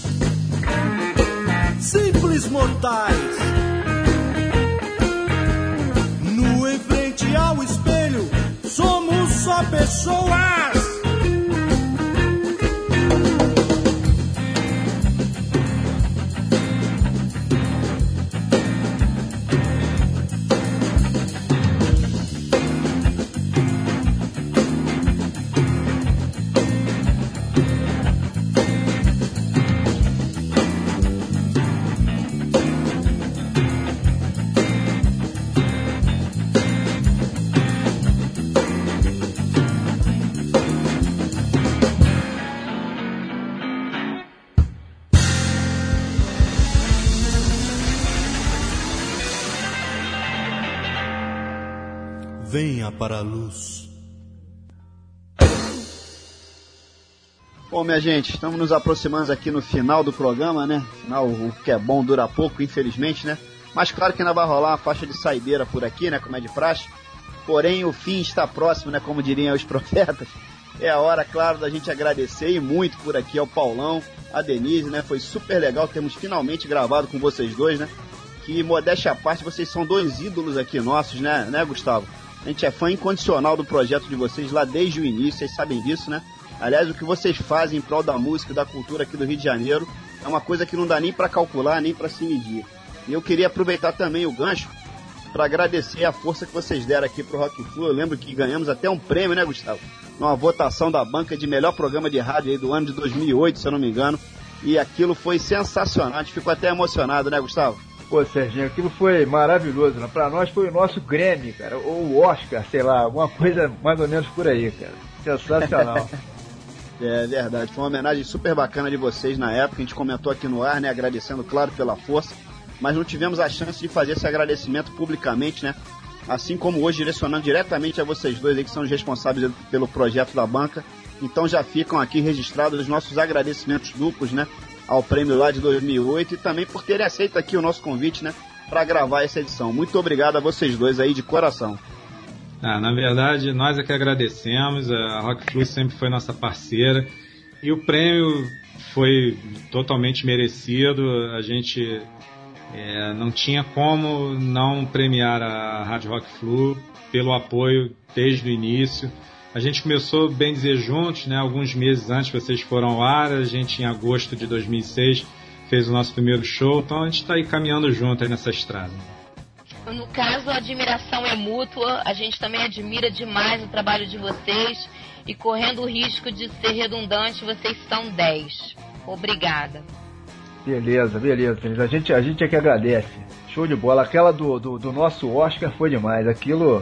simples mortais. Nu em frente ao espelho, somos só pessoas. Venha para a luz. Bom, minha gente, estamos nos aproximando aqui no final do programa, né? Final, o que é bom dura pouco, infelizmente, né? Mas claro que ainda vai rolar uma faixa de saideira por aqui, né? Como é de praxe. Porém, o fim está próximo, né? Como diriam os profetas. É a hora, claro, da gente agradecer e muito por aqui ao Paulão, a Denise, né? Foi super legal termos finalmente gravado com vocês dois, né? Que, modéstia à parte, vocês são dois ídolos aqui nossos, né, Gustavo? A gente é fã incondicional do projeto de vocês lá desde o início, vocês sabem disso, né? Aliás, o que vocês fazem em prol da música e da cultura aqui do Rio de Janeiro é uma coisa que não dá nem para calcular, nem para se medir. E eu queria aproveitar também o gancho para agradecer a força que vocês deram aqui pro Rock Flu. Eu lembro que ganhamos até um prêmio, né, Gustavo? Numa votação da banca de melhor programa de rádio aí do ano de 2008, se eu não me engano. E aquilo foi sensacional, a gente ficou até emocionado, né, Gustavo? Pô, Serginho, aquilo foi maravilhoso, né? Pra nós foi o nosso Grammy, cara, ou o Oscar, sei lá, alguma coisa mais ou menos por aí, cara. Sensacional. É verdade, foi uma homenagem super bacana de vocês na época, a gente comentou aqui no ar, né, agradecendo, claro, pela força, mas não tivemos a chance de fazer esse agradecimento publicamente, né, assim como hoje, direcionando diretamente a vocês dois aí, que são os responsáveis pelo projeto da banca. Então já ficam aqui registrados os nossos agradecimentos duplos, né, ao prêmio lá de 2008 e também por terem aceito aqui o nosso convite, né, para gravar essa edição. Muito obrigado a vocês dois aí de coração. Na verdade, nós é que agradecemos, a Rock Flu sempre foi nossa parceira e o prêmio foi totalmente merecido. A gente não tinha como não premiar a Rádio Rock Flu pelo apoio desde o início. A gente começou, bem dizer, juntos, né? Alguns meses antes vocês foram ao ar, a gente em agosto de 2006 fez o nosso primeiro show, então a gente está aí caminhando junto aí nessa estrada. No caso, a admiração é mútua, a gente também admira demais o trabalho de vocês e correndo o risco de ser redundante, vocês são 10. Obrigada. Beleza. A gente é que agradece. Show de bola. Aquela do nosso Oscar foi demais. Aquilo...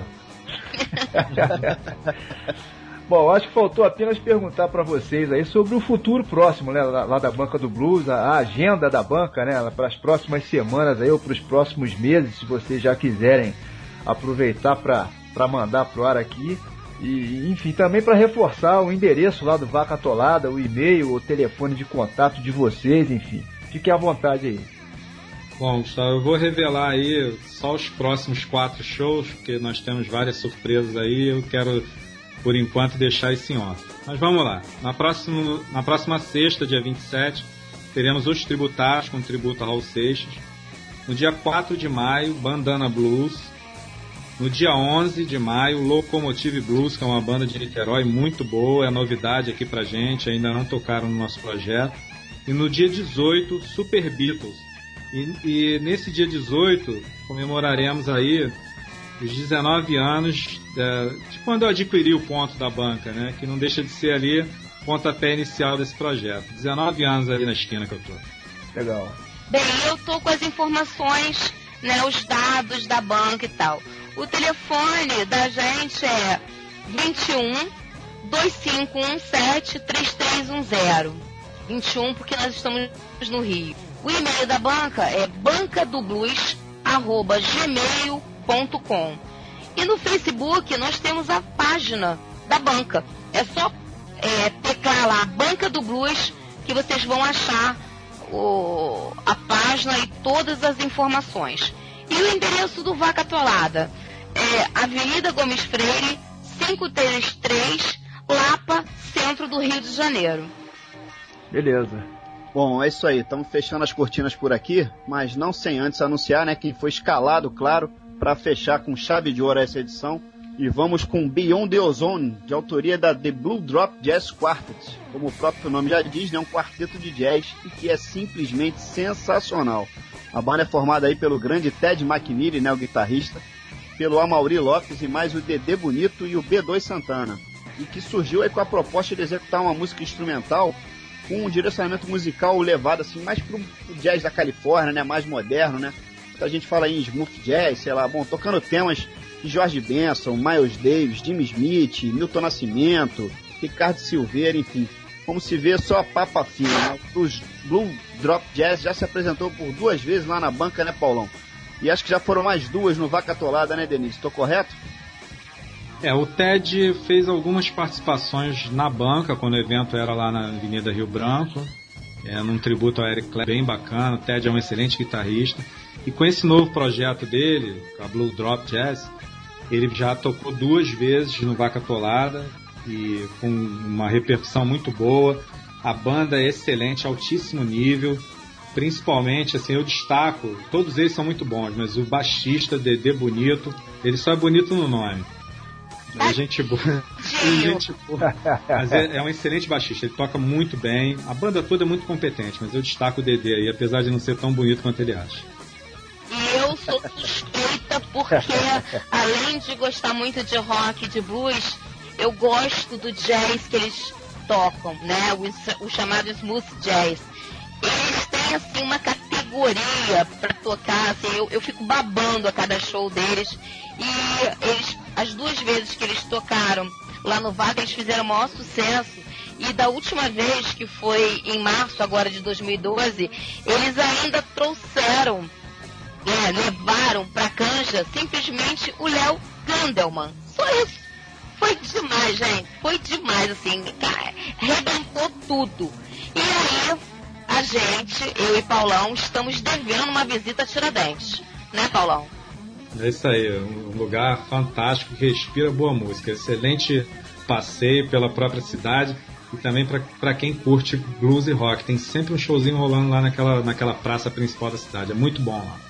Bom, acho que faltou apenas perguntar para vocês aí sobre o futuro próximo, né, lá da Banca do Blues, a agenda da banca, né, para as próximas semanas aí, ou para os próximos meses, se vocês já quiserem aproveitar para mandar pro ar aqui. E, enfim, também para reforçar o endereço lá do Vaca Atolada, o e-mail, o telefone de contato de vocês, enfim. Fiquem à vontade aí. Bom, Gustavo, eu vou revelar aí só os próximos 4 shows, porque nós temos várias surpresas aí, eu quero, por enquanto, deixar isso em off. Mas vamos lá. Na próxima sexta, dia 27, teremos Os Tributários, com tributo a Raul Seixas. No dia 4 de maio, Bandana Blues. No dia 11 de maio, Locomotive Blues, que é uma banda de Niterói muito boa, é novidade aqui pra gente, ainda não tocaram no nosso projeto. E no dia 18, Super Beatles. E nesse dia 18, comemoraremos aí os 19 anos de quando eu adquiri o ponto da banca, né? Que não deixa de ser ali o pontapé inicial desse projeto. 19 anos ali na esquina que eu tô. Legal. Bem, eu tô com as informações, né, os dados da banca e tal. O telefone da gente é 21 2517 3310. 21 porque nós estamos no Rio. O e-mail da banca é bancadoblues@gmail.com. E no Facebook nós temos a página da banca. É só teclar lá, Banca do Blues, que vocês vão achar a página e todas as informações. E o endereço do Vaca Atolada é Avenida Gomes Freire, 533, Lapa, centro do Rio de Janeiro. Beleza. Bom, é isso aí, estamos fechando as cortinas por aqui, mas não sem antes anunciar, né, que foi escalado, claro, para fechar com chave de ouro essa edição. E vamos com Beyond the Ozone, de autoria da The Blue Drop Jazz Quartet. Como o próprio nome já diz, é um quarteto de jazz e que é simplesmente sensacional. A banda é formada aí pelo grande Ted McNeely, né, o guitarrista, pelo Amaury Lopes e mais o Dedê Bonito e o B2 Santana. E que surgiu aí com a proposta de executar uma música instrumental com um direcionamento musical levado assim mais pro jazz da Califórnia, né, mais moderno, né? A gente fala aí em smooth jazz, sei lá, bom, tocando temas de George Benson, Miles Davis, Jimmy Smith, Milton Nascimento, Ricardo Silveira, enfim. Como se vê, só a papa fina, né? Os Blue Drop Jazz já se apresentou por 2 vezes lá na banca, né, Paulão? E acho que já foram mais 2 no Vaca Atolada, né, Denise? Estou correto? O Ted fez algumas participações na banca, quando o evento era lá na Avenida Rio Branco, num tributo ao Eric Clapton, bem bacana. O Ted é um excelente guitarrista. E com esse novo projeto dele, a Blue Drop Jazz, ele já tocou 2 vezes no Vaca Atolada, e com uma repercussão muito boa. A banda é excelente, altíssimo nível. Principalmente, assim, eu destaco, todos eles são muito bons, mas o baixista, Dedê Bonito, ele só é bonito no nome. É gente boa. Mas é um excelente baixista, ele toca muito bem. A banda toda é muito competente, mas eu destaco o Dedê aí, apesar de não ser tão bonito quanto ele acha. E eu sou suspeita porque, além de gostar muito de rock e de blues, eu gosto do jazz que eles tocam, né? O chamado smooth jazz. Eles têm, assim, uma categoria categoria pra tocar, assim, eu fico babando a cada show deles. E eles, as 2 vezes que eles tocaram lá no Vaga, eles fizeram o maior sucesso. E da última vez, que foi em março agora de 2012, eles ainda trouxeram, levaram pra canja simplesmente o Léo Gandelman. Só isso. Foi demais, gente. Foi demais, assim, arrebentou tudo. E aí, a gente, eu e Paulão, estamos devendo uma visita a Tiradentes. Né, Paulão? É isso aí, um lugar fantástico que respira boa música. Excelente passeio pela própria cidade e também para quem curte blues e rock. Tem sempre um showzinho rolando lá naquela praça principal da cidade. É muito bom lá.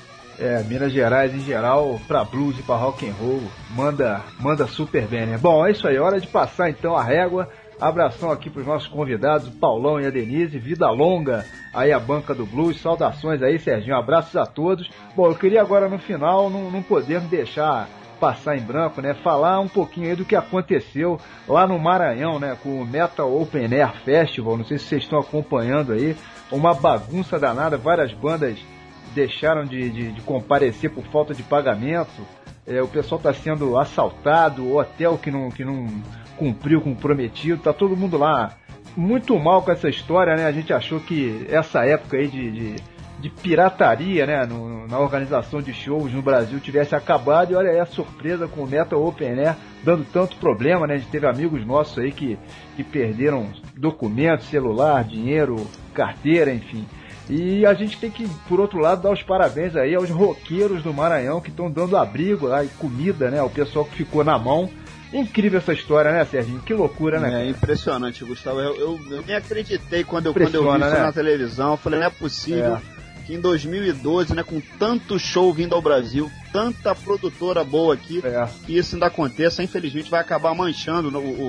Minas Gerais em geral, pra blues e pra rock and roll, manda super bem, né? Bom, é isso aí, hora de passar então a régua. Abração aqui pros nossos convidados, o Paulão e a Denise, vida longa aí a banca do blues, saudações aí, Serginho, abraços a todos. Bom, eu queria agora no final, não podemos deixar passar em branco, né? Falar um pouquinho aí do que aconteceu lá no Maranhão, né? Com o Metal Open Air Festival, não sei se vocês estão acompanhando aí, uma bagunça danada, várias bandas deixaram de comparecer por falta de pagamento, o pessoal está sendo assaltado, o hotel que não cumpriu com o prometido, tá todo mundo lá muito mal com essa história, né? A gente achou que essa época aí de pirataria, né, na organização de shows no Brasil tivesse acabado, e olha aí a surpresa com o Metal Open Air dando tanto problema, né? A gente teve amigos nossos aí que perderam documentos, celular, dinheiro, carteira, enfim. E a gente tem que, por outro lado, dar os parabéns aí aos roqueiros do Maranhão que estão dando abrigo lá e comida, né? O pessoal que ficou na mão. Incrível essa história, né, Serginho? Que loucura, né? Cara? É impressionante, Gustavo. Eu nem acreditei quando eu vi isso, né, na televisão. Eu falei, não é possível que em 2012, né, com tanto show vindo ao Brasil, tanta produtora boa aqui, que isso ainda aconteça. Infelizmente vai acabar manchando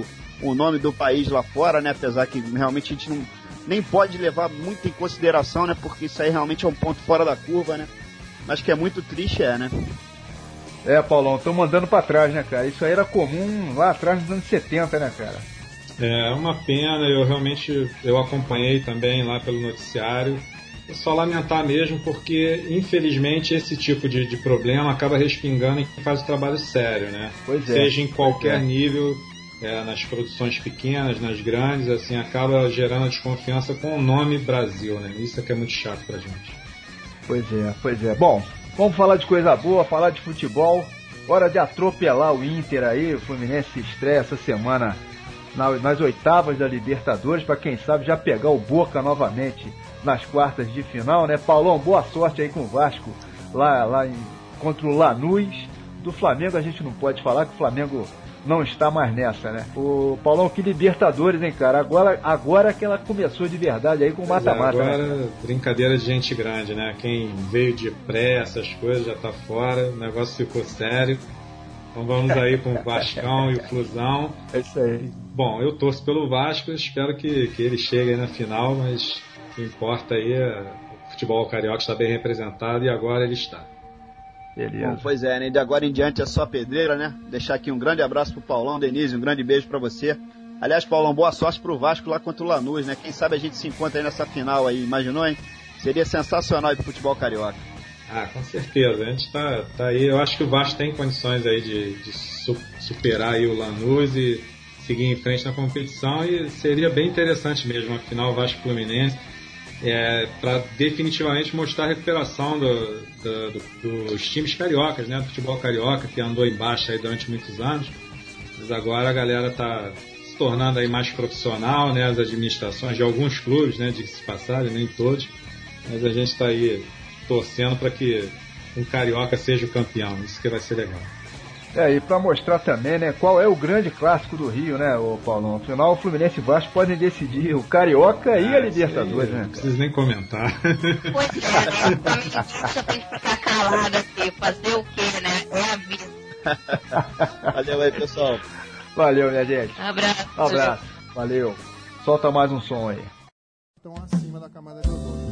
o nome do país lá fora, né? Apesar que realmente a gente nem pode levar muito em consideração, né? Porque isso aí realmente é um ponto fora da curva, né? Mas que é muito triste, né? Paulão, estão mandando pra trás, né, cara? Isso aí era comum lá atrás nos anos 70, né, cara? É uma pena, eu acompanhei também lá pelo noticiário. É só lamentar mesmo, porque infelizmente esse tipo de problema acaba respingando em quem faz o trabalho sério, né? Pois é. Seja em qualquer nível, nas produções pequenas, nas grandes, assim, acaba gerando desconfiança com o nome Brasil, né? Isso é que é muito chato pra gente. Pois é. Bom, vamos falar de coisa boa, falar de futebol. Hora de atropelar o Inter aí. O Fluminense se estreia essa semana nas oitavas da Libertadores, para quem sabe já pegar o Boca novamente nas quartas de final, né? Paulão, boa sorte aí com o Vasco lá contra o Lanús. Do Flamengo a gente não pode falar, que o Flamengo não está mais nessa, né? O Paulão, que Libertadores, hein, cara? Agora que ela começou de verdade aí com o mata-mata. Agora, né? Brincadeira de gente grande, né? Quem veio de pré, essas coisas, já tá fora. O negócio ficou sério. Então vamos aí com o Vascão e o Flusão. É isso aí. Bom, eu torço pelo Vasco, espero que ele chegue aí na final, mas o que importa aí o futebol carioca está bem representado e agora ele está. Beleza. Bom, pois é, né? De agora em diante é só pedreira, né? Deixar aqui um grande abraço pro Paulão, Denise, um grande beijo pra você. Aliás, Paulão, boa sorte pro Vasco lá contra o Lanús, né? Quem sabe a gente se encontra aí nessa final aí, imaginou, hein? Seria sensacional aí pro futebol carioca. Com certeza, a gente tá aí, eu acho que o Vasco tem condições aí de superar aí o Lanús e seguir em frente na competição, e seria bem interessante mesmo, afinal, Vasco-Fluminense, para definitivamente mostrar a recuperação dos times cariocas, né, do futebol carioca, que andou em baixa aí durante muitos anos, mas agora a galera está se tornando aí mais profissional, né, as administrações de alguns clubes, né, de se passarem, nem todos, mas a gente está aí torcendo para que um carioca seja o campeão, isso que vai ser legal. E para mostrar também, né, qual é o grande clássico do Rio, né, o Paulão? Afinal, o Fluminense e Vasco podem decidir o Carioca e a Libertadores, né? Não preciso nem comentar. Pois é, né? Também já tem que ficar calado aqui, fazer o quê, né? É a vida. Valeu aí, pessoal. Valeu, minha gente. Abraço. Valeu. Solta mais um som aí. Estão acima da camada de ozônio.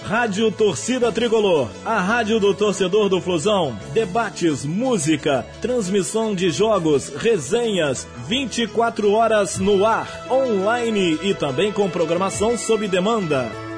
Rádio Torcida Tricolor, a rádio do torcedor do Flusão. Debates, música, transmissão de jogos, resenhas, 24 horas no ar, online e também com programação sob demanda.